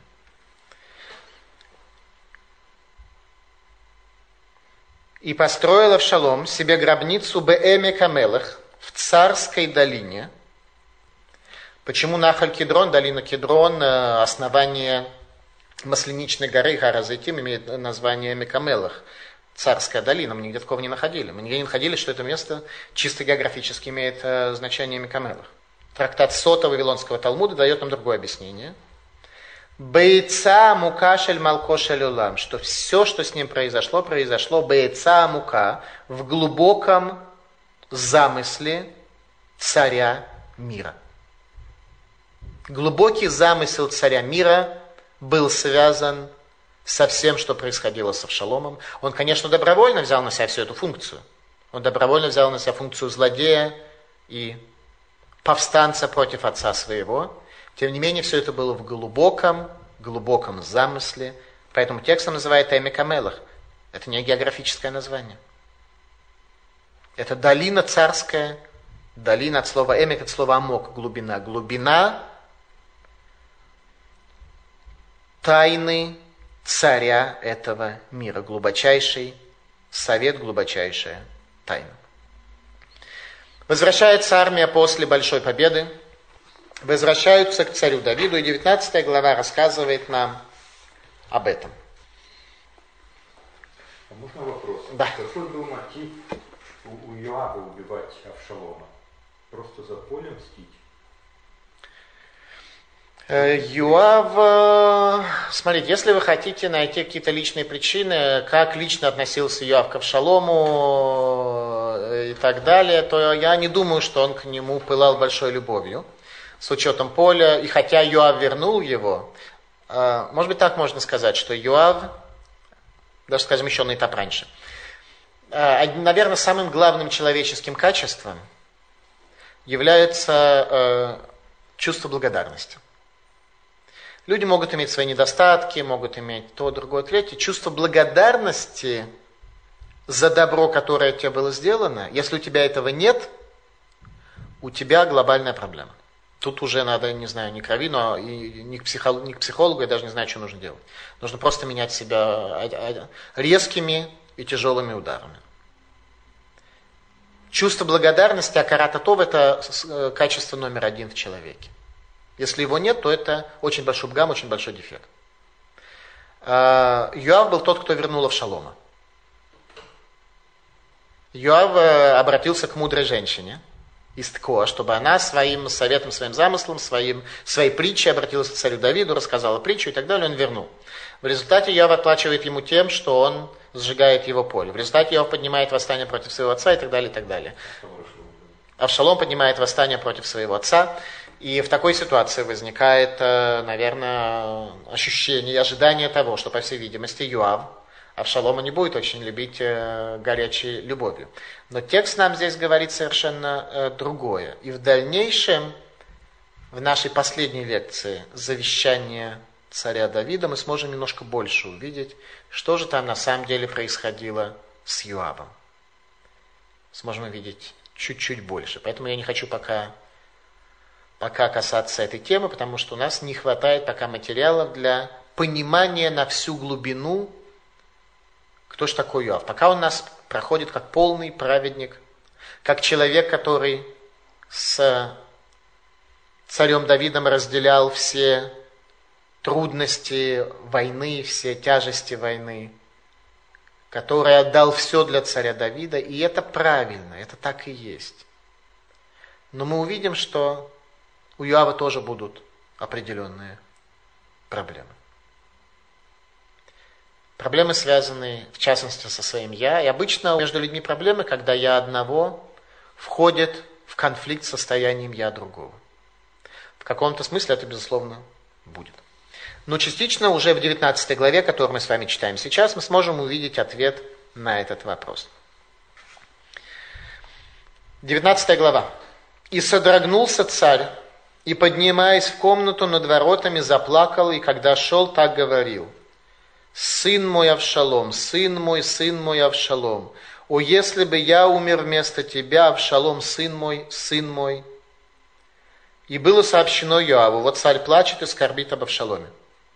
И построил Авшалом себе гробницу Беэмек Амелех в Царской долине. Почему Нахаль Кедрон, долина Кедрон, основание Масленичной горы, гора Зайтим, имеет название Эмек Амелех? Царская долина, мы нигде такого не находили. Мы нигде не находили, что это место чисто географически имеет значение Эмек Амелех. Трактат Сота Вавилонского Талмуда дает нам другое объяснение. Бейца мука шель малко шель улам, что все, что с ним произошло, бейца мука в глубоком замысле царя мира. Глубокий замысел царя мира был связан со всем, что происходило с Авшаломом. Он, конечно, добровольно взял на себя всю эту функцию. Он добровольно взял на себя функцию злодея и повстанца против отца своего. Тем не менее, все это было в глубоком замысле. Поэтому текст называет Эмек Амелех. Это не географическое название. Это долина царская. Долина от слова Эмек, от слова Амок, глубина. Глубина тайны царя этого мира, глубочайший совет, глубочайшая тайна. Возвращается армия после большой победы, возвращаются к царю Давиду, и 19 глава рассказывает нам об этом. А можно вопрос? Да. Какой был мотив у Йоаба убивать Авшалома? Просто за поле мстить? Йоав, смотрите, если вы хотите найти какие-то личные причины, как лично относился Йоав к Авшалому и так далее, то я не думаю, что он к нему пылал большой любовью, с учетом поля. И хотя Йоав вернул его, может быть, так можно сказать, что Йоав, даже скажем еще на этап раньше, наверное, самым главным человеческим качеством является чувство благодарности. Люди могут иметь свои недостатки, могут иметь то, другое, третье. Чувство благодарности за добро, которое тебе было сделано, если у тебя этого нет, у тебя глобальная проблема. Тут уже надо, не знаю, не к раввину, не к психологу, я даже не знаю, что нужно делать. Нужно просто менять себя резкими и тяжелыми ударами. Чувство благодарности, акарат атов, это качество номер 1 в человеке. Если его нет, то это очень большой пгам, очень большой дефект. Йоав был тот, кто вернул Авшалома. Йоав обратился к мудрой женщине из Ткоа, чтобы она своим советом, своим замыслом, своей притчей обратилась к царю Давиду, рассказала притчу и так далее, он вернул. В результате Йоав отплачивает ему тем, что он сжигает его поле. В результате Йоав поднимает восстание против своего отца и так далее, и так далее. Авшалом поднимает восстание против своего отца. И в такой ситуации возникает, наверное, ощущение, ожидание того, что, по всей видимости, Йоав Авшалома не будет очень любить горячей любовью. Но текст нам здесь говорит совершенно другое. И в дальнейшем, в нашей последней лекции «Завещание царя Давида» мы сможем немножко больше увидеть, что же там на самом деле происходило с Йоавом. Сможем увидеть чуть-чуть больше. Поэтому я не хочу пока касаться этой темы, потому что у нас не хватает пока материалов для понимания на всю глубину, кто же такой Йоав. Пока он нас проходит как полный праведник, как человек, который с царем Давидом разделял все трудности войны, все тяжести войны, который отдал все для царя Давида, и это правильно, это так и есть. Но мы увидим, что у Иоава тоже будут определенные проблемы. Проблемы, связанные, в частности, со своим «я». И обычно между людьми проблемы, когда «я» одного входит в конфликт с состоянием «я» другого. В каком-то смысле это, безусловно, будет. Но частично уже в 19 главе, которую мы с вами читаем сейчас, мы сможем увидеть ответ на этот вопрос. 19 глава. «И содрогнулся царь, и, поднимаясь в комнату над воротами, заплакал, и когда шел, так говорил: сын мой Авшалом, сын мой Авшалом, о, если бы я умер вместо тебя, Авшалом, сын мой, сын мой». И было сообщено Иоаву: вот царь плачет и скорбит об Авшаломе.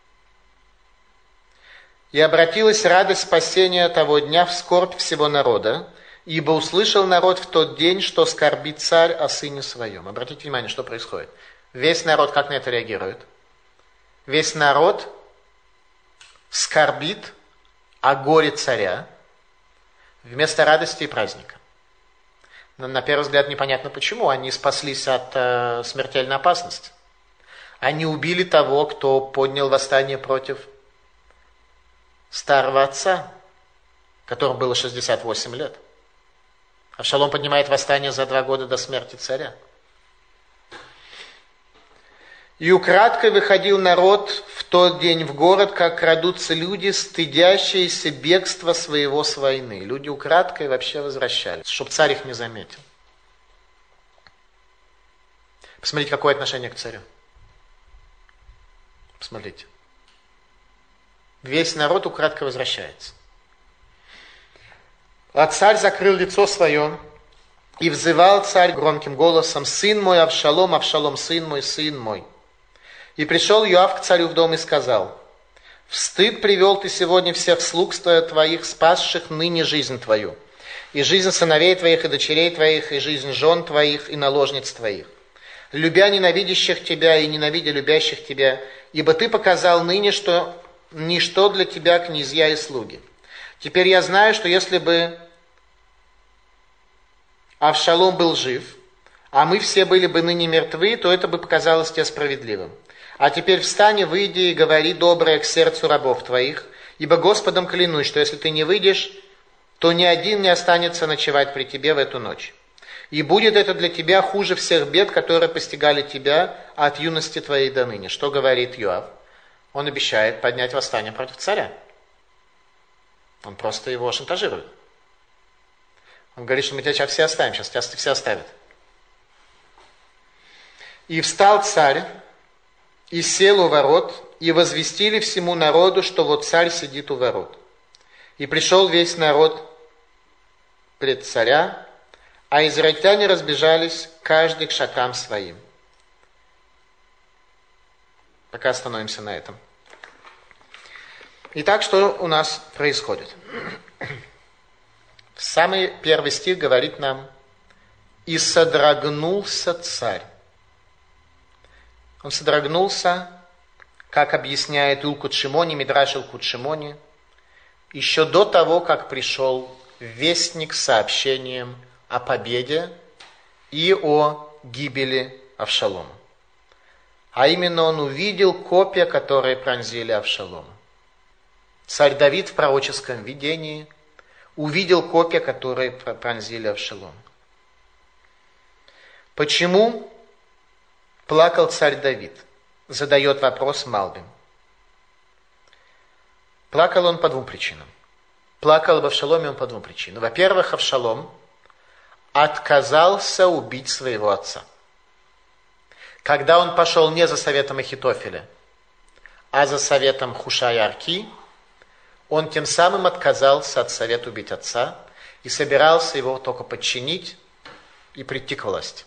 И обратилась радость спасения того дня в скорбь всего народа, ибо услышал народ в тот день, что скорбит царь о сыне своем. Обратите внимание, что происходит. Весь народ как на это реагирует? Весь народ скорбит о горе царя вместо радости и праздника. Но на первый взгляд непонятно почему. Они спаслись от смертельной опасности. Они убили того, кто поднял восстание против старого отца, которому было 68 лет. Авшалом поднимает восстание за 2 года до смерти царя. «И украдкой выходил народ в тот день в город, как крадутся люди, стыдящиеся бегства своего с войны». Люди украдкой вообще возвращались, чтобы царь их не заметил. Посмотрите, какое отношение к царю. Посмотрите. Весь народ украдкой возвращается. А царь закрыл лицо свое, и взывал царь громким голосом: сын мой Авшалом, Авшалом, сын мой, сын мой. И пришел Иоав к царю в дом и сказал: в стыд привел ты сегодня всех слуг твоих, спасших ныне жизнь твою, и жизнь сыновей твоих, и дочерей твоих, и жизнь жен твоих, и наложниц твоих, любя ненавидящих тебя и ненавидя любящих тебя, ибо ты показал ныне, что ничто для тебя князья и слуги. Теперь я знаю, что если бы Авшалом был жив, а мы все были бы ныне мертвы, то это бы показалось тебе справедливым. А теперь встань и выйди и говори доброе к сердцу рабов твоих, ибо Господом клянусь, что если ты не выйдешь, то ни один не останется ночевать при тебе в эту ночь. И будет это для тебя хуже всех бед, которые постигали тебя от юности твоей до ныне». Что говорит Иоав? Он обещает поднять восстание против царя. Он просто его шантажирует. Он говорит, что мы тебя сейчас все оставим, сейчас тебя все оставят. «И встал царь, и сел у ворот, и возвестили всему народу, что вот царь сидит у ворот. И пришел весь народ пред царя, а израильтяне разбежались, каждый к шатрам своим». Пока остановимся на этом. Итак, что у нас происходит? Самый первый стих говорит нам: «И содрогнулся царь». Он содрогнулся, как объясняет Илкут Шимони, Мидраш Илкут Шимони, еще до того, как пришел вестник с сообщением о победе и о гибели Авшалома. А именно он увидел копья, которые пронзили Авшалома. Царь Давид в пророческом видении увидел копья, которые пронзили Авшалома. Почему плакал царь Давид? Задает вопрос Малбим. Плакал он по 2 причинам. Плакал об Авшаломе он по 2 причинам. Во-первых, Авшалом отказался убить своего отца. Когда он пошел не за советом Ахитофеля, а за советом Хушая Арки, он тем самым отказался от совета убить отца и собирался его только подчинить и прийти к власти.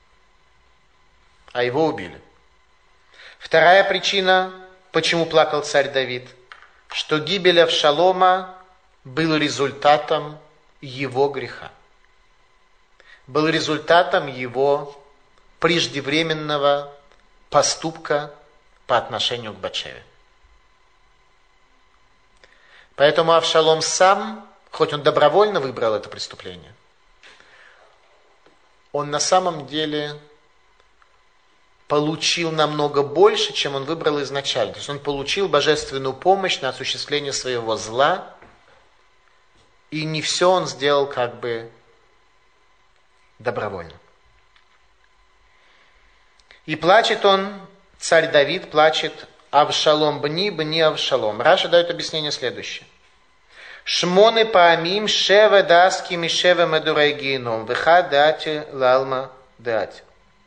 А его убили. Вторая причина, почему плакал царь Давид, что гибель Авшалома был результатом его греха. Был результатом его преждевременного поступка по отношению к Батшеве. Поэтому Авшалом сам, хоть он добровольно выбрал это преступление, он на самом деле получил намного больше, чем он выбрал изначально. То есть он получил божественную помощь на осуществление своего зла, и не все он сделал как бы добровольно. И плачет он, царь Давид плачет: Авшалом бни Авшалом. Раша дает объяснение следующее. Шмоны паамим шева даски мишева медурай геном веха дати лалма дати.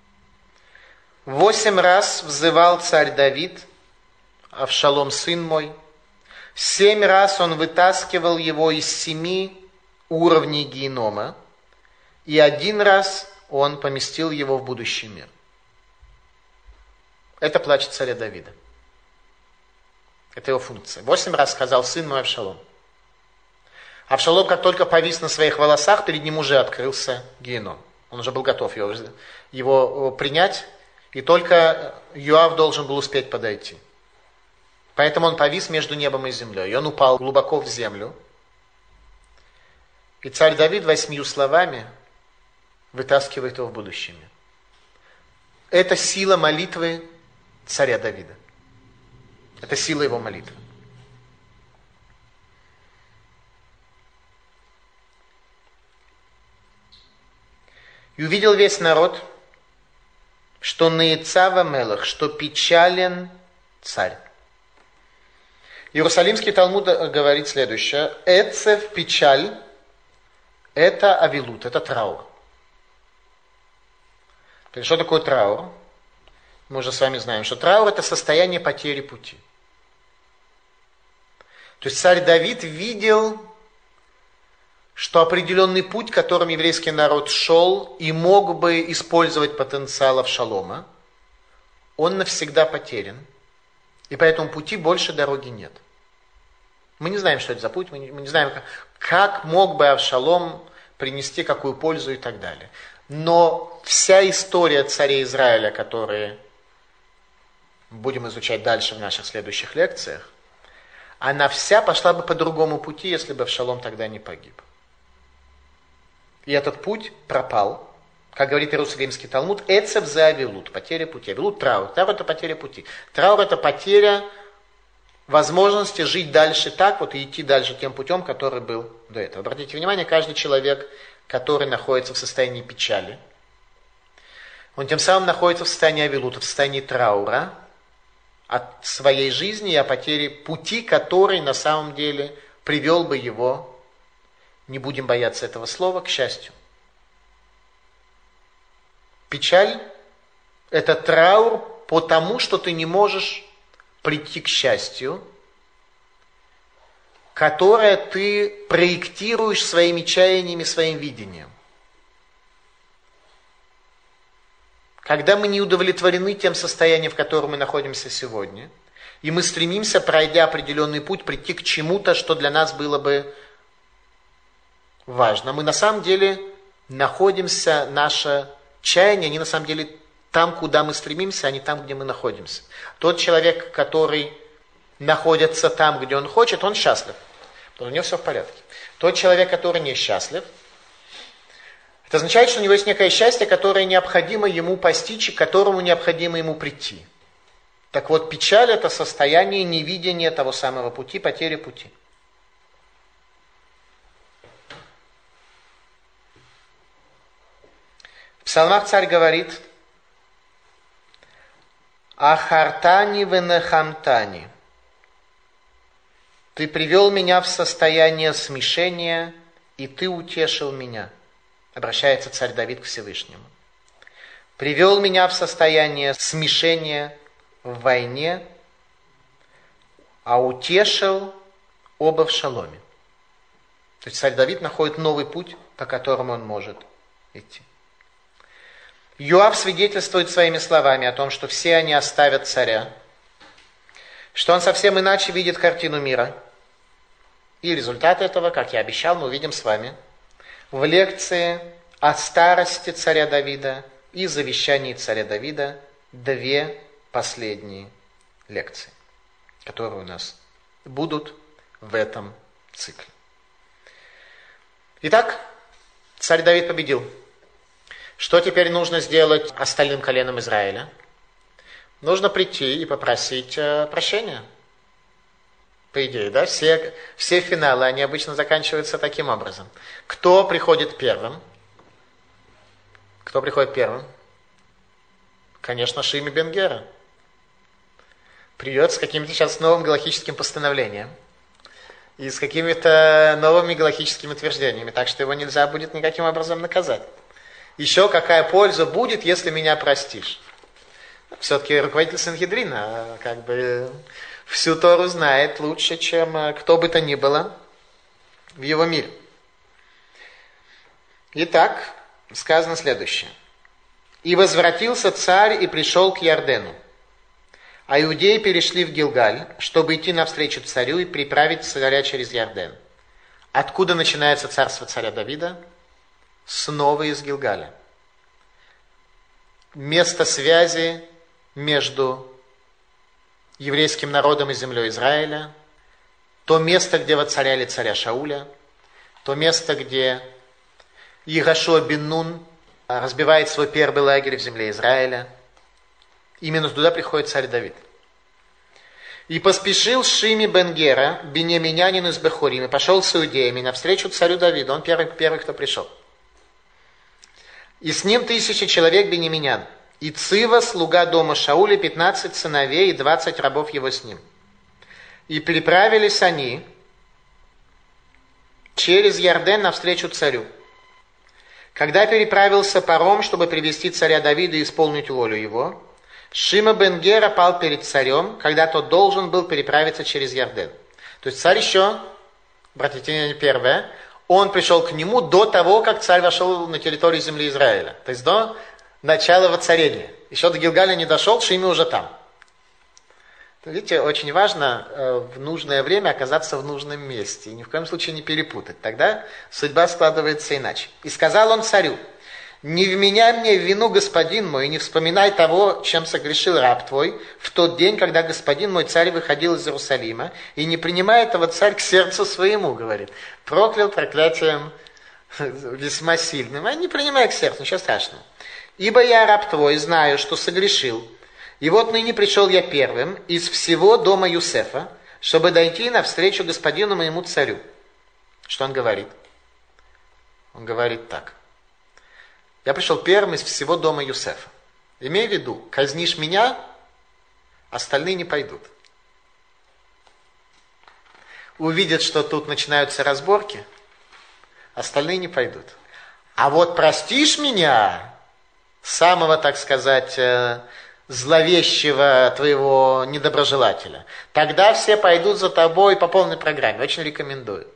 8 раз взывал царь Давид: Авшалом, сын мой. 7 раз он вытаскивал его из 7 уровней генома, и 1 раз он поместил его в будущий мир. Это плач царя Давида. Это его функция. 8 раз сказал: сын мой Авшалом. Авшалом, как только повис на своих волосах, перед ним уже открылся геном. Он уже был готов его принять, и только Йоав должен был успеть подойти. Поэтому он повис между небом и землей. И он упал глубоко в землю. И царь Давид 8 словами вытаскивает его в будущее мир. Это сила молитвы царя Давида. Это сила его молитвы. И увидел весь народ, что наицава мелах, что печален царь. Иерусалимский Талмуд говорит следующее. Эцев, печаль, это авилут, это траур. Что такое траур? Мы уже с вами знаем, что траур — это состояние потери пути. То есть царь Давид видел, что определенный путь, которым еврейский народ шел и мог бы использовать потенциал Авшалома, он навсегда потерян. И по этому пути больше дороги нет. Мы не знаем, что это за путь, мы не знаем, как мог бы Авшалом принести какую пользу и так далее. Но вся история царей Израиля, которые будем изучать дальше в наших следующих лекциях, она вся пошла бы по другому пути, если бы Авшалом тогда не погиб. И этот путь пропал. Как говорит Иерусалимский Талмуд, эцев за авилут, потеря пути. Авилут — траур. Траур — это потеря пути. Траур — это потеря возможности жить дальше так вот и идти дальше тем путем, который был до этого. Обратите внимание, каждый человек, который находится в состоянии печали, он тем самым находится в состоянии авилута, в состоянии траура от своей жизни и о потере пути, который на самом деле привел бы его, не будем бояться этого слова, к счастью. Печаль – это траур потому, что ты не можешь прийти к счастью, которое ты проектируешь своими чаяниями, своим видением. Когда мы не удовлетворены тем состоянием, в котором мы находимся сегодня, и мы стремимся, пройдя определенный путь, прийти к чему-то, что для нас было бы важно. Мы на самом деле находимся, наше чаяние, они на самом деле там, куда мы стремимся, а не там, где мы находимся. Тот человек, который находится там, где он хочет, он счастлив. У него все в порядке. Тот человек, который несчастлив, это означает, что у него есть некое счастье, которое необходимо ему постичь, к которому необходимо ему прийти. Так вот, печаль – это состояние невидения того самого пути, потери пути. В псалмах царь говорит: «Ахартани венехамтани». Ты привел меня в состояние смешения, и ты утешил меня. Обращается царь Давид к Всевышнему. Привел меня в состояние смешения в войне, а утешил об Авшаломе. То есть царь Давид находит новый путь, по которому он может идти. Йоав свидетельствует своими словами о том, что все они оставят царя, что он совсем иначе видит картину мира. И результат этого, как я обещал, мы увидим с вами в лекции о старости царя Давида и завещании царя Давида 2 последние лекции, которые у нас будут в этом цикле. Итак, царь Давид победил. Что теперь нужно сделать остальным коленам Израиля? Нужно прийти и попросить прощения. По идее, да? Все финалы, они обычно заканчиваются таким образом. Кто приходит первым? Кто приходит первым? Конечно, Шими бен Гера. Придет с каким-то сейчас новым галахическим постановлением и с какими-то новыми галахическими утверждениями, так что его нельзя будет никаким образом наказать. Еще какая польза будет, если меня простишь? Все-таки руководитель Синхедрина как бы всю Тору знает лучше, чем кто бы то ни было в его мире. Итак, сказано следующее. «И возвратился царь и пришел к Ярдену. А иудеи перешли в Гилгаль, чтобы идти навстречу царю и приправить царя через Ярден». Откуда начинается царство царя Давида? Снова из Гилгаля. Место связи между еврейским народом и землей Израиля, то место, где воцаряли царя Шауля, то место, где Иерошуа бен Нун разбивает свой первый лагерь в земле Израиля. Именно туда приходит царь Давид. «И поспешил Шими бен Гера, беньяминянин из Бехурим, и пошел с иудеями навстречу царю Давиду». Он первый, кто пришел. «И с ним 1000 человек беньяминян. И Цива, слуга дома Шауля, 15 сыновей и 20 рабов его с ним. И переправились они через Ярден навстречу царю. Когда переправился паром, чтобы привести царя Давида и исполнить волю его, Шима бен Гера пал перед царем, когда тот должен был переправиться через Ярден». То есть царь еще, обратите внимание, первое, он пришел к нему до того, как царь вошел на территорию земли Израиля. То есть до начала воцарения. Еще до Гилгаля не дошел, Шими уже там. Видите, очень важно в нужное время оказаться в нужном месте. И ни в коем случае не перепутать. Тогда судьба складывается иначе. «И сказал он царю: не вменяй мне в вину, господин мой, и не вспоминай того, чем согрешил раб твой, в тот день, когда господин мой царь выходил из Иерусалима, и не принимай этого царь к сердцу своему», говорит. Проклял проклятием весьма сильным. А не принимай к сердцу, ничего страшного. «Ибо я раб твой, знаю, что согрешил. И вот ныне пришел я первым из всего дома Юсефа, чтобы дойти навстречу господину моему царю». Что он говорит? Он говорит так. Я пришел первым из всего дома Юсефа. Имей в виду, казнишь меня, остальные не пойдут. Увидят, что тут начинаются разборки, остальные не пойдут. А вот простишь меня, самого, так сказать, зловещего твоего недоброжелателя, тогда все пойдут за тобой по полной программе. Очень рекомендую.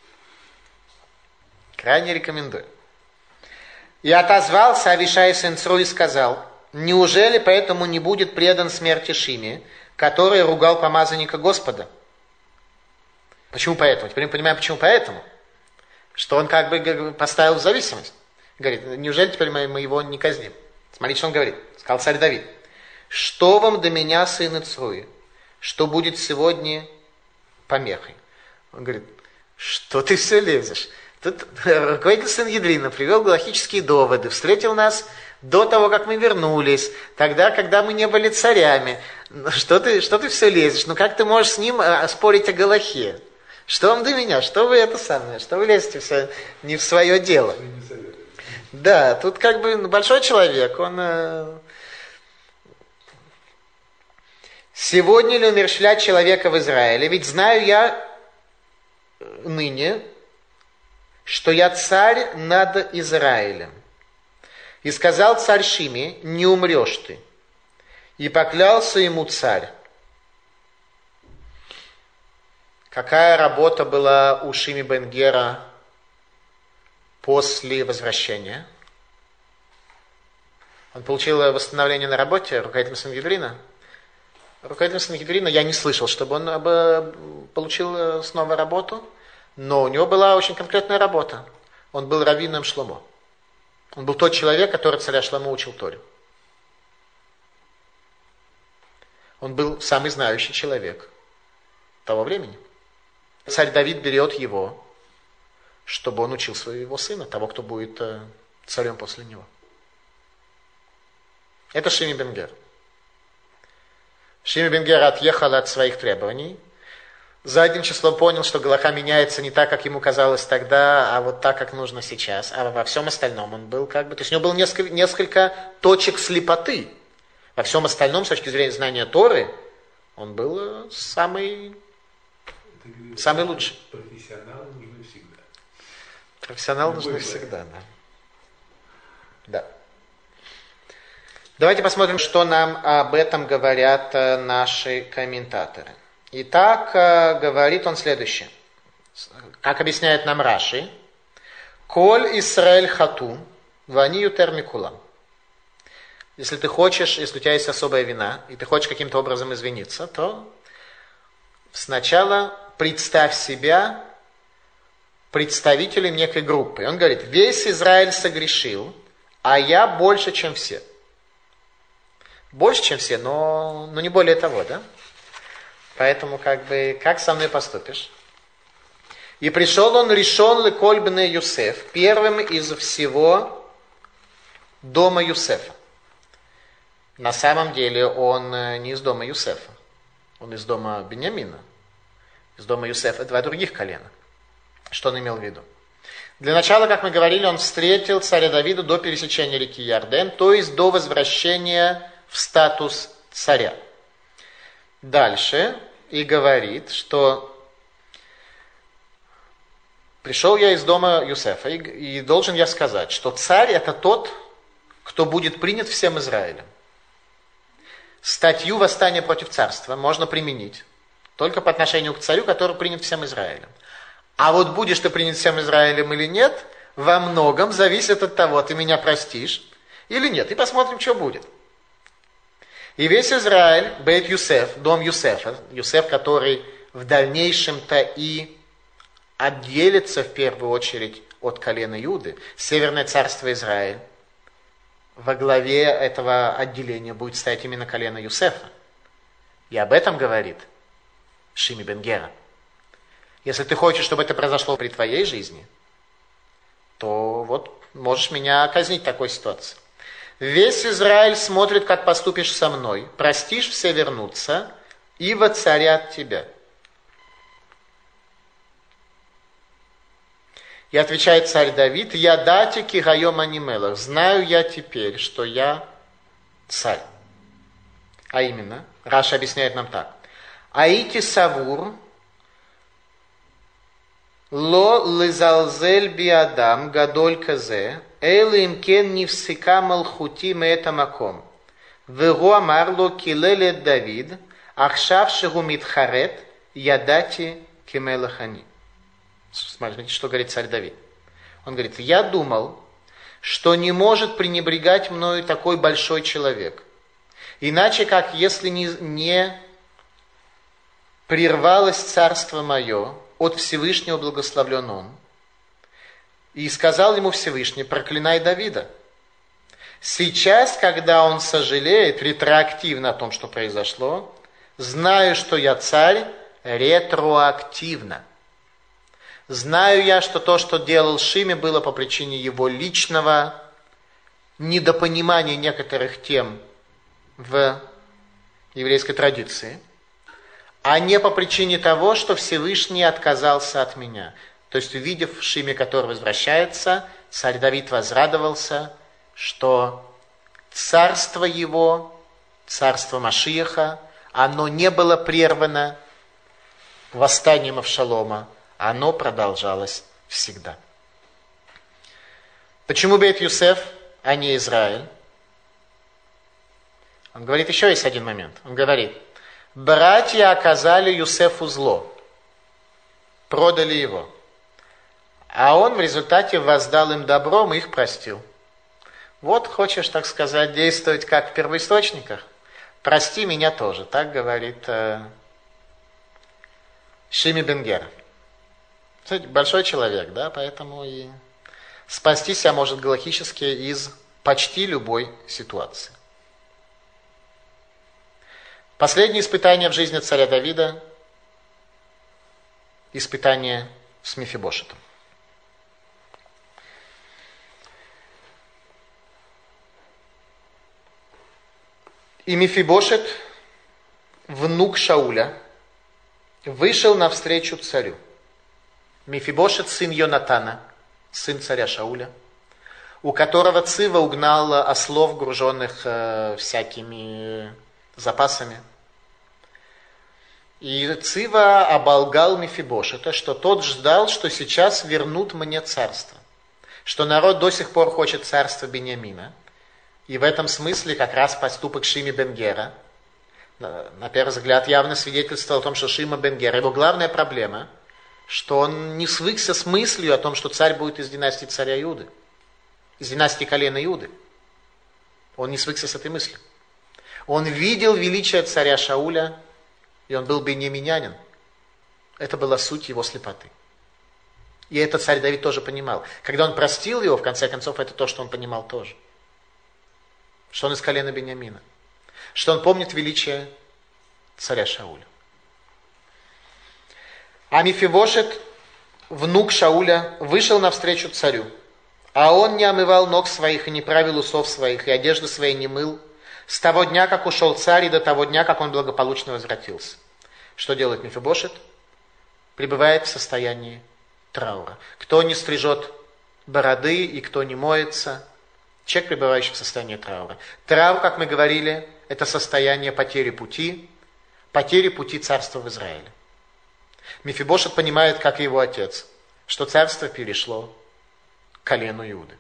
Крайне рекомендую. «И отозвался Авишай сын Цруи и сказал: неужели поэтому не будет предан смерти Шимии, который ругал помазанника Господа?» Почему поэтому? Теперь мы понимаем, почему поэтому. Что он как бы поставил в зависимость. Говорит: неужели теперь мы его не казним? Смотрите, что он говорит. Сказал царь Давид: «Что вам до меня, сына Цруи? Что будет сегодня помехой?» Он говорит: что ты все лезешь? Тут руководитель Сангедрина привел галахические доводы, встретил нас до того, как мы вернулись, тогда, когда мы не были царями. Что ты все лезешь? Ну как ты можешь с ним спорить о галахе? Что вам до меня? Что вы это самое? Что вы лезете все не в свое дело? Да, тут как бы большой человек, он... «Сегодня ли умерщвлять человека в Израиле? Ведь знаю я ныне, что я царь над Израилем. И сказал царь Шими: не умрешь ты. И поклялся ему царь». Какая работа была у Шими бен Гера после возвращения? Он получил восстановление на работе руководителем Сангедрина. Руководителем Сангедрина я не слышал, чтобы он получил снова работу, но у него была очень конкретная работа. Он был раввином Шломо. Он был тот человек, который царя Шломо учил Торе. Он был самый знающий человек того времени. Царь Давид берет его, чтобы он учил своего сына, того, кто будет царем после него. Это Шими бен Гер. Шими бен Гер отъехал от своих требований. Задним числом понял, что галаха меняется не так, как ему казалось тогда, а вот так, как нужно сейчас. А во всем остальном он был как бы... То есть у него было несколько точек слепоты. Во всем остальном, с точки зрения знания Торы, он был самый лучший. Профессионалы нужны всегда. Профессионалы нужны всегда, да. Да. Давайте посмотрим, что нам об этом говорят наши комментаторы. Итак, говорит он следующее. Как объясняет нам Раши. Коль Исраэль хату, вани ютер микулам. Если ты хочешь, если у тебя есть особая вина, и ты хочешь каким-то образом извиниться, то сначала представь себя представителем некой группы. Он говорит, весь Израиль согрешил, а я больше, чем все. Больше, чем все, но не более того, да? Поэтому, как со мной поступишь? И пришел он решен леколь бне Юсеф, первым из всего дома Юсефа. На самом деле он не из дома Юсефа, он из дома Беньямина. Из дома Юсефа два других колена. Что он имел в виду? Для начала, как мы говорили, он встретил царя Давида до пересечения реки Ярден, то есть до возвращения в статус царя. Дальше и говорит, что пришел я из дома Юсефа, и должен я сказать, что царь это тот, кто будет принят всем Израилем. Статью восстания против царства можно применить только по отношению к царю, который принят всем Израилем. А вот будешь ты принят всем Израилем или нет, во многом зависит от того, ты меня простишь или нет. И посмотрим, что будет. И весь Израиль, Бейт Юсеф, дом Юсефа, Юсеф, который в дальнейшем-то и отделится в первую очередь от колена Иуды, Северное царство Израиль, во главе этого отделения будет стоять именно колено Юсефа. И об этом говорит Шими бен Гера. Если ты хочешь, чтобы это произошло при твоей жизни, то вот можешь меня казнить в такой ситуации. Весь Израиль смотрит, как поступишь со мной. Простишь, все вернутся и воцарят тебя. И отвечает царь Давид, «Я дати кигайом анимелах». Знаю я теперь, что я царь. А именно, Раша объясняет нам так. Аити савур ло лизалзель биадам гадоль казе эле имкен нивсика малхути меэта маком. Вегу амарло килеле Давид ахшав шигу митхарет ядати кемелахани. Смотрите, что говорит царь Давид. Он говорит, я думал, что не может пренебрегать мною такой большой человек. Иначе, как если не прервалось царство мое, от Всевышнего благословлен он. И сказал ему Всевышний, проклинай Давида. Сейчас, когда он сожалеет ретроактивно о том, что произошло, знаю, что я царь ретроактивно. Знаю я, что то, что делал Шими, было по причине его личного недопонимания некоторых тем в еврейской традиции, а не по причине того, что Всевышний отказался от меня. То есть, увидев Шими, который возвращается, царь Давид возрадовался, что царство его, царство Машиаха, оно не было прервано восстанием Авшалома, оно продолжалось всегда. Почему Бейт Юсеф, а не Израиль? Он говорит, еще есть один момент. Он говорит, братья оказали Юсефу зло, продали его. А он в результате воздал им добром и их простил. Вот хочешь, так сказать, действовать как в первоисточниках? Прости меня тоже, так говорит Шими бен Гера. Большой человек, да, поэтому и спасти себя может галахически из почти любой ситуации. Последнее испытание в жизни царя Давида – испытание с Мефибошетом. И Мефибошет, внук Шауля, вышел навстречу царю. Мефибошет, сын Йонатана, сын царя Шауля, у которого Цива угнал ослов, груженных всякими запасами. И Цива оболгал Мефибошета, что тот ждал, что сейчас вернут мне царство, что народ до сих пор хочет царства Беньямина. И в этом смысле как раз поступок Шими бен Гера, на первый взгляд, явно свидетельствовал о том, что Шима бен Гера, его главная проблема, что он не свыкся с мыслью о том, что царь будет из династии царя Иуды, из династии колена Иуды. Он не свыкся с этой мыслью. Он видел величие царя Шауля, и он был беньяминянин. Это была суть его слепоты. И это царь Давид тоже понимал. Когда он простил его, в конце концов, это то, что он понимал тоже. Что он из колена Беньямина. Что он помнит величие царя Шауля. А Мефибошет, внук Шауля, вышел навстречу царю. А он не омывал ног своих и не правил усов своих, и одежды свои не мыл, с того дня, как ушел царь, и до того дня, как он благополучно возвратился. Что делает Мефибошет? Пребывает в состоянии траура. Кто не стрижет бороды и кто не моется, человек, пребывающий в состоянии траура. Траур, как мы говорили, это состояние потери пути царства в Израиле. Мефибошет понимает, как и его отец, что царство перешло к колену Иуды.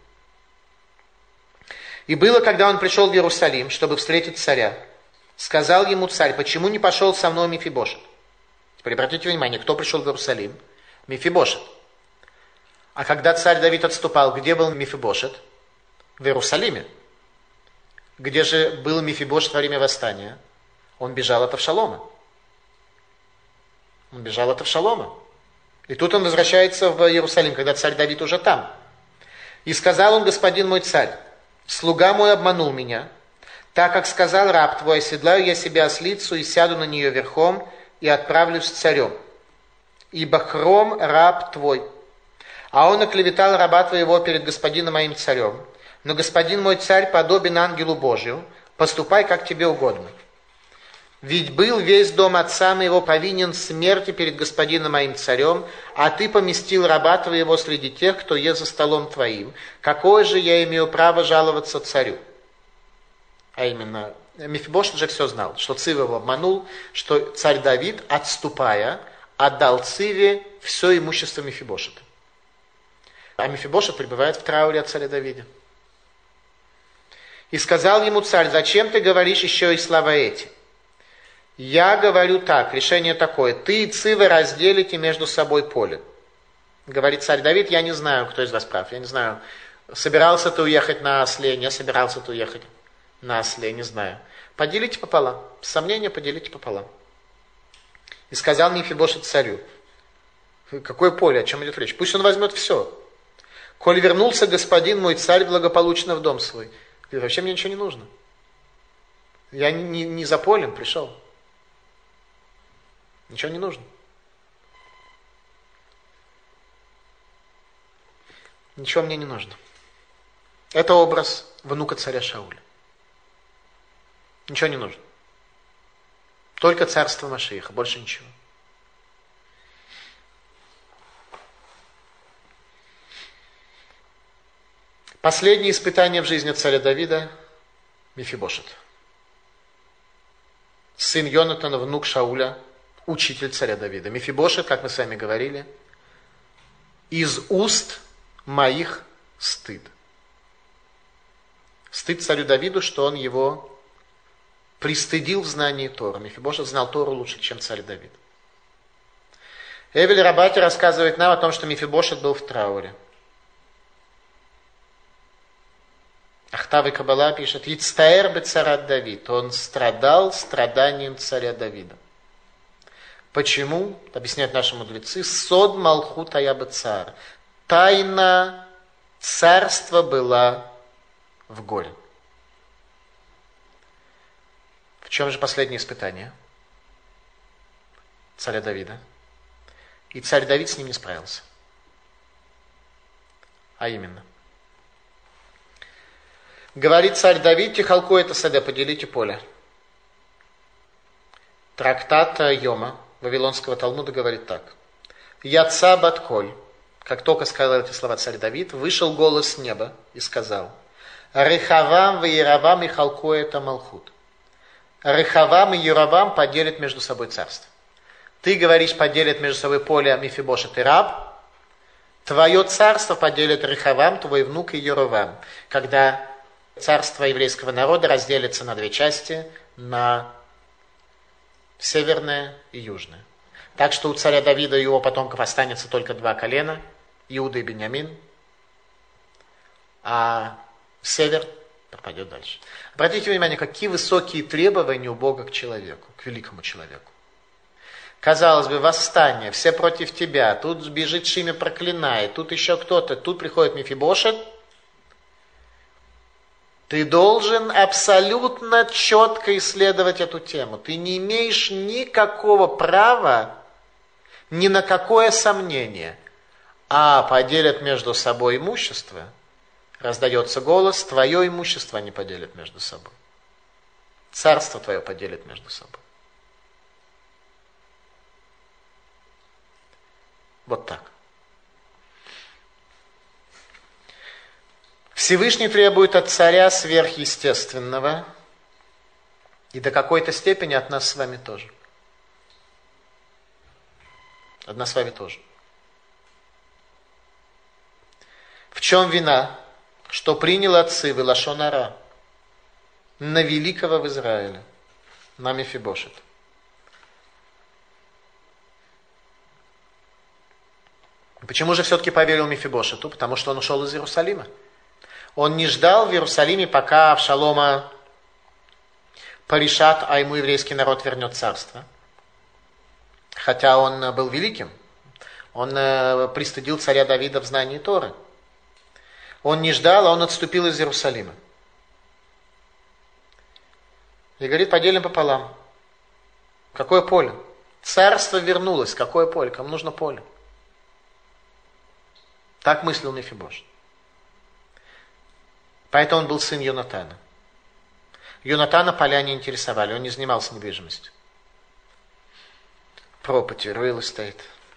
И было, когда он пришел в Иерусалим, чтобы встретить царя, сказал ему царь: почему не пошел со мной Мефибошет? Теперь обратите внимание, кто пришел в Иерусалим? Мефибошет. А когда царь Давид отступал, где был Мефибошет? В Иерусалиме. Где же был Мефибошет во время восстания? Он бежал от Авшалома. И тут он возвращается в Иерусалим, когда царь Давид уже там. И сказал он: господин мой царь, слуга мой обманул меня, так как сказал раб твой: оседлаю я себе ослицу и сяду на нее верхом и отправлюсь с царем. Ибо хром раб твой. А он оклеветал раба твоего перед господином моим царем. Но господин мой царь подобен ангелу Божию, поступай, как тебе угодно. Ведь был весь дом отца моего повинен смерти перед господином моим царем, а ты поместил раба твоего среди тех, кто ест за столом твоим. Какое же я имею право жаловаться царю? А именно, Мефибошет же все знал, что Цива его обманул, что царь Давид, отступая, отдал Циве все имущество Мефибошета. А Мефибошет пребывает в трауре от царя Давида. И сказал ему царь: зачем ты говоришь еще и слова эти? Я говорю так, решение такое: ты и Цива разделите между собой поле. Говорит царь Давид: я не знаю, кто из вас прав, я не знаю, собирался ты уехать на осле, не собирался ты уехать на осле, не знаю. Поделите пополам, сомнения поделите пополам. И сказал Мефибошет царю: какое поле, о чем идет речь? Пусть он возьмет все. Коль вернулся господин мой царь благополучно в дом свой. Говорит: вообще мне ничего не нужно. Я не за полем пришел. Ничего не нужно. Ничего мне не нужно. Это образ внука царя Шауля. Ничего не нужно. Только царство Машиаха, больше ничего. Последнее испытание в жизни царя Давида – Мефибошет. Сын Йонатана, внук Шауля, учитель царя Давида. Мефибошет, как мы с вами говорили, из уст моих стыд. Стыд царю Давиду, что он его пристыдил в знании Торы. Мефибошет знал Тору лучше, чем царь Давид. Эвель Рабати рассказывает нам о том, что Мефибошет был в трауре. Ахтав и Каббала пишет: «Ицтаэр бецарат Давид». Он страдал страданием царя Давида. Почему? Объясняют наши мудрецы. Сод малхут ая бецар. Тайна царства была в горе. В чем же последнее испытание? Царя Давида. И царь Давид с ним не справился. А именно. Говорит царь Давид: Тихалку это саде, поделите поле. Трактат Йома Вавилонского Талмуда говорит так. Яца батколь. Как только сказал эти слова царь Давид, вышел голос с неба и сказал: Рехавам и Яровам и Халку это Малхут. Рехавам и Яровам поделят между собой царство. Ты говоришь, поделят между собой поле Мефибошет и раб. Твое царство поделит Рехавам, твой внук и Яровам. Когда царство еврейского народа разделится на две части, на северное и южное. Так что у царя Давида и его потомков останется только два колена, Иуда и Беньямин, а север пропадет дальше. Обратите внимание, какие высокие требования у Бога к человеку, к великому человеку. Казалось бы, восстание, все против тебя, тут бежит Шимя, проклинает, тут еще кто-то, тут приходит Мефибошет. Ты должен абсолютно четко исследовать эту тему. Ты не имеешь никакого права ни на какое сомнение. А поделят между собой имущество, раздается голос, твое имущество они поделят между собой. Царство твое поделят между собой. Вот так. Всевышний требует от царя сверхъестественного, и до какой-то степени от нас с вами тоже. От нас с вами тоже. В чем вина? Что принял отцы Лашон ара на великого в Израиле, на Мефибошет. Почему же все-таки поверил Мефибошету? Потому что он ушел из Иерусалима. Он не ждал в Иерусалиме, пока Авшалома порешат, а ему еврейский народ вернет царство. Хотя он был великим. Он пристыдил царя Давида в знании Торы. Он не ждал, а он отступил из Иерусалима. И говорит, поделим пополам. Какое поле? Царство вернулось. Какое поле? Кому нужно поле? Так мыслил Мефибошет. Поэтому он был сын Йонатана. Йонатана поля не интересовали, он не занимался недвижимостью. Property, real estate.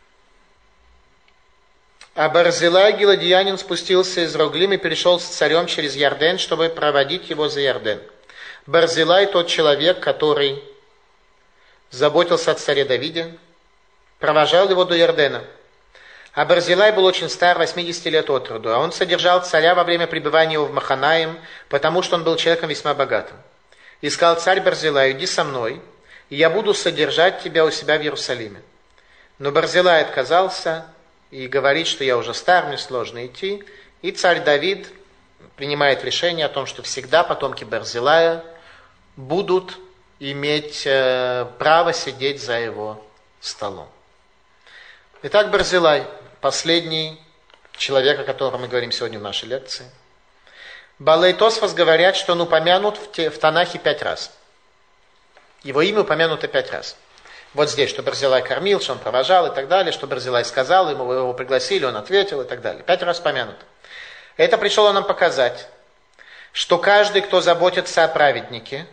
А Барзилай Гиладиянин спустился из Роглим и перешел с царем через Ярден, чтобы проводить его за Ярден. Барзилай тот человек, который заботился о царе Давиде, провожал его до Ярдена. А Барзилай был очень стар, 80 лет от роду, а он содержал царя во время пребывания его в Маханаим, потому что он был человеком весьма богатым. И сказал царь Барзилай: иди со мной, и я буду содержать тебя у себя в Иерусалиме. Но Барзилай отказался и говорит, что я уже стар, мне сложно идти. И царь Давид принимает решение о том, что всегда потомки Барзилая будут иметь право сидеть за его столом. Итак, Барзилай, последний человек, о котором мы говорим сегодня в нашей лекции. Балей Тосфос говорят, что он упомянут в Танахе 5 раз. Его имя упомянуто 5 раз. Вот здесь, что Барзилай кормил, что он провожал и так далее, что Барзилай сказал, ему его пригласили, он ответил и так далее. 5 раз упомянуто. Это пришло нам показать, что каждый, кто заботится о праведнике,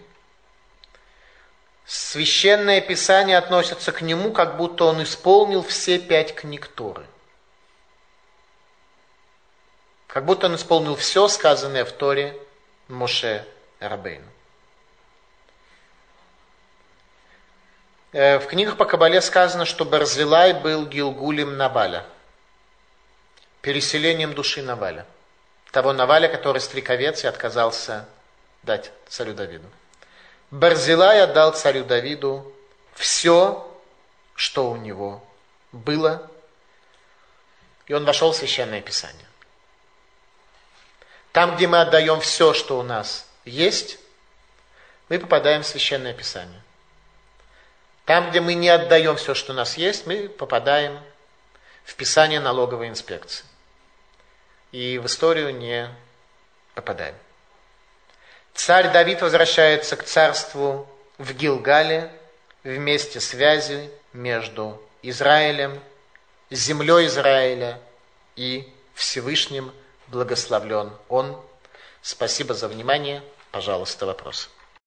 Священное Писание относится к нему, как будто он исполнил все 5 книг Торы. Как будто он исполнил все, сказанное в Торе Моше Рабейну. В книгах по Кабале сказано, что Барзилай был Гилгулем Наваля, переселением души Наваля. Того Наваля, который стриковец и отказался дать царю Давиду. Барзилай отдал царю Давиду все, что у него было, и он вошел в Священное Писание. Там, где мы отдаем все, что у нас есть, мы попадаем в Священное Писание. Там, где мы не отдаем все, что у нас есть, мы попадаем в Писание налоговой инспекции. И в историю не попадаем. Царь Давид возвращается к царству в Гилгале в месте связи между Израилем, землей Израиля и Всевышним, благословлен Он. Спасибо за внимание. Пожалуйста, вопросы.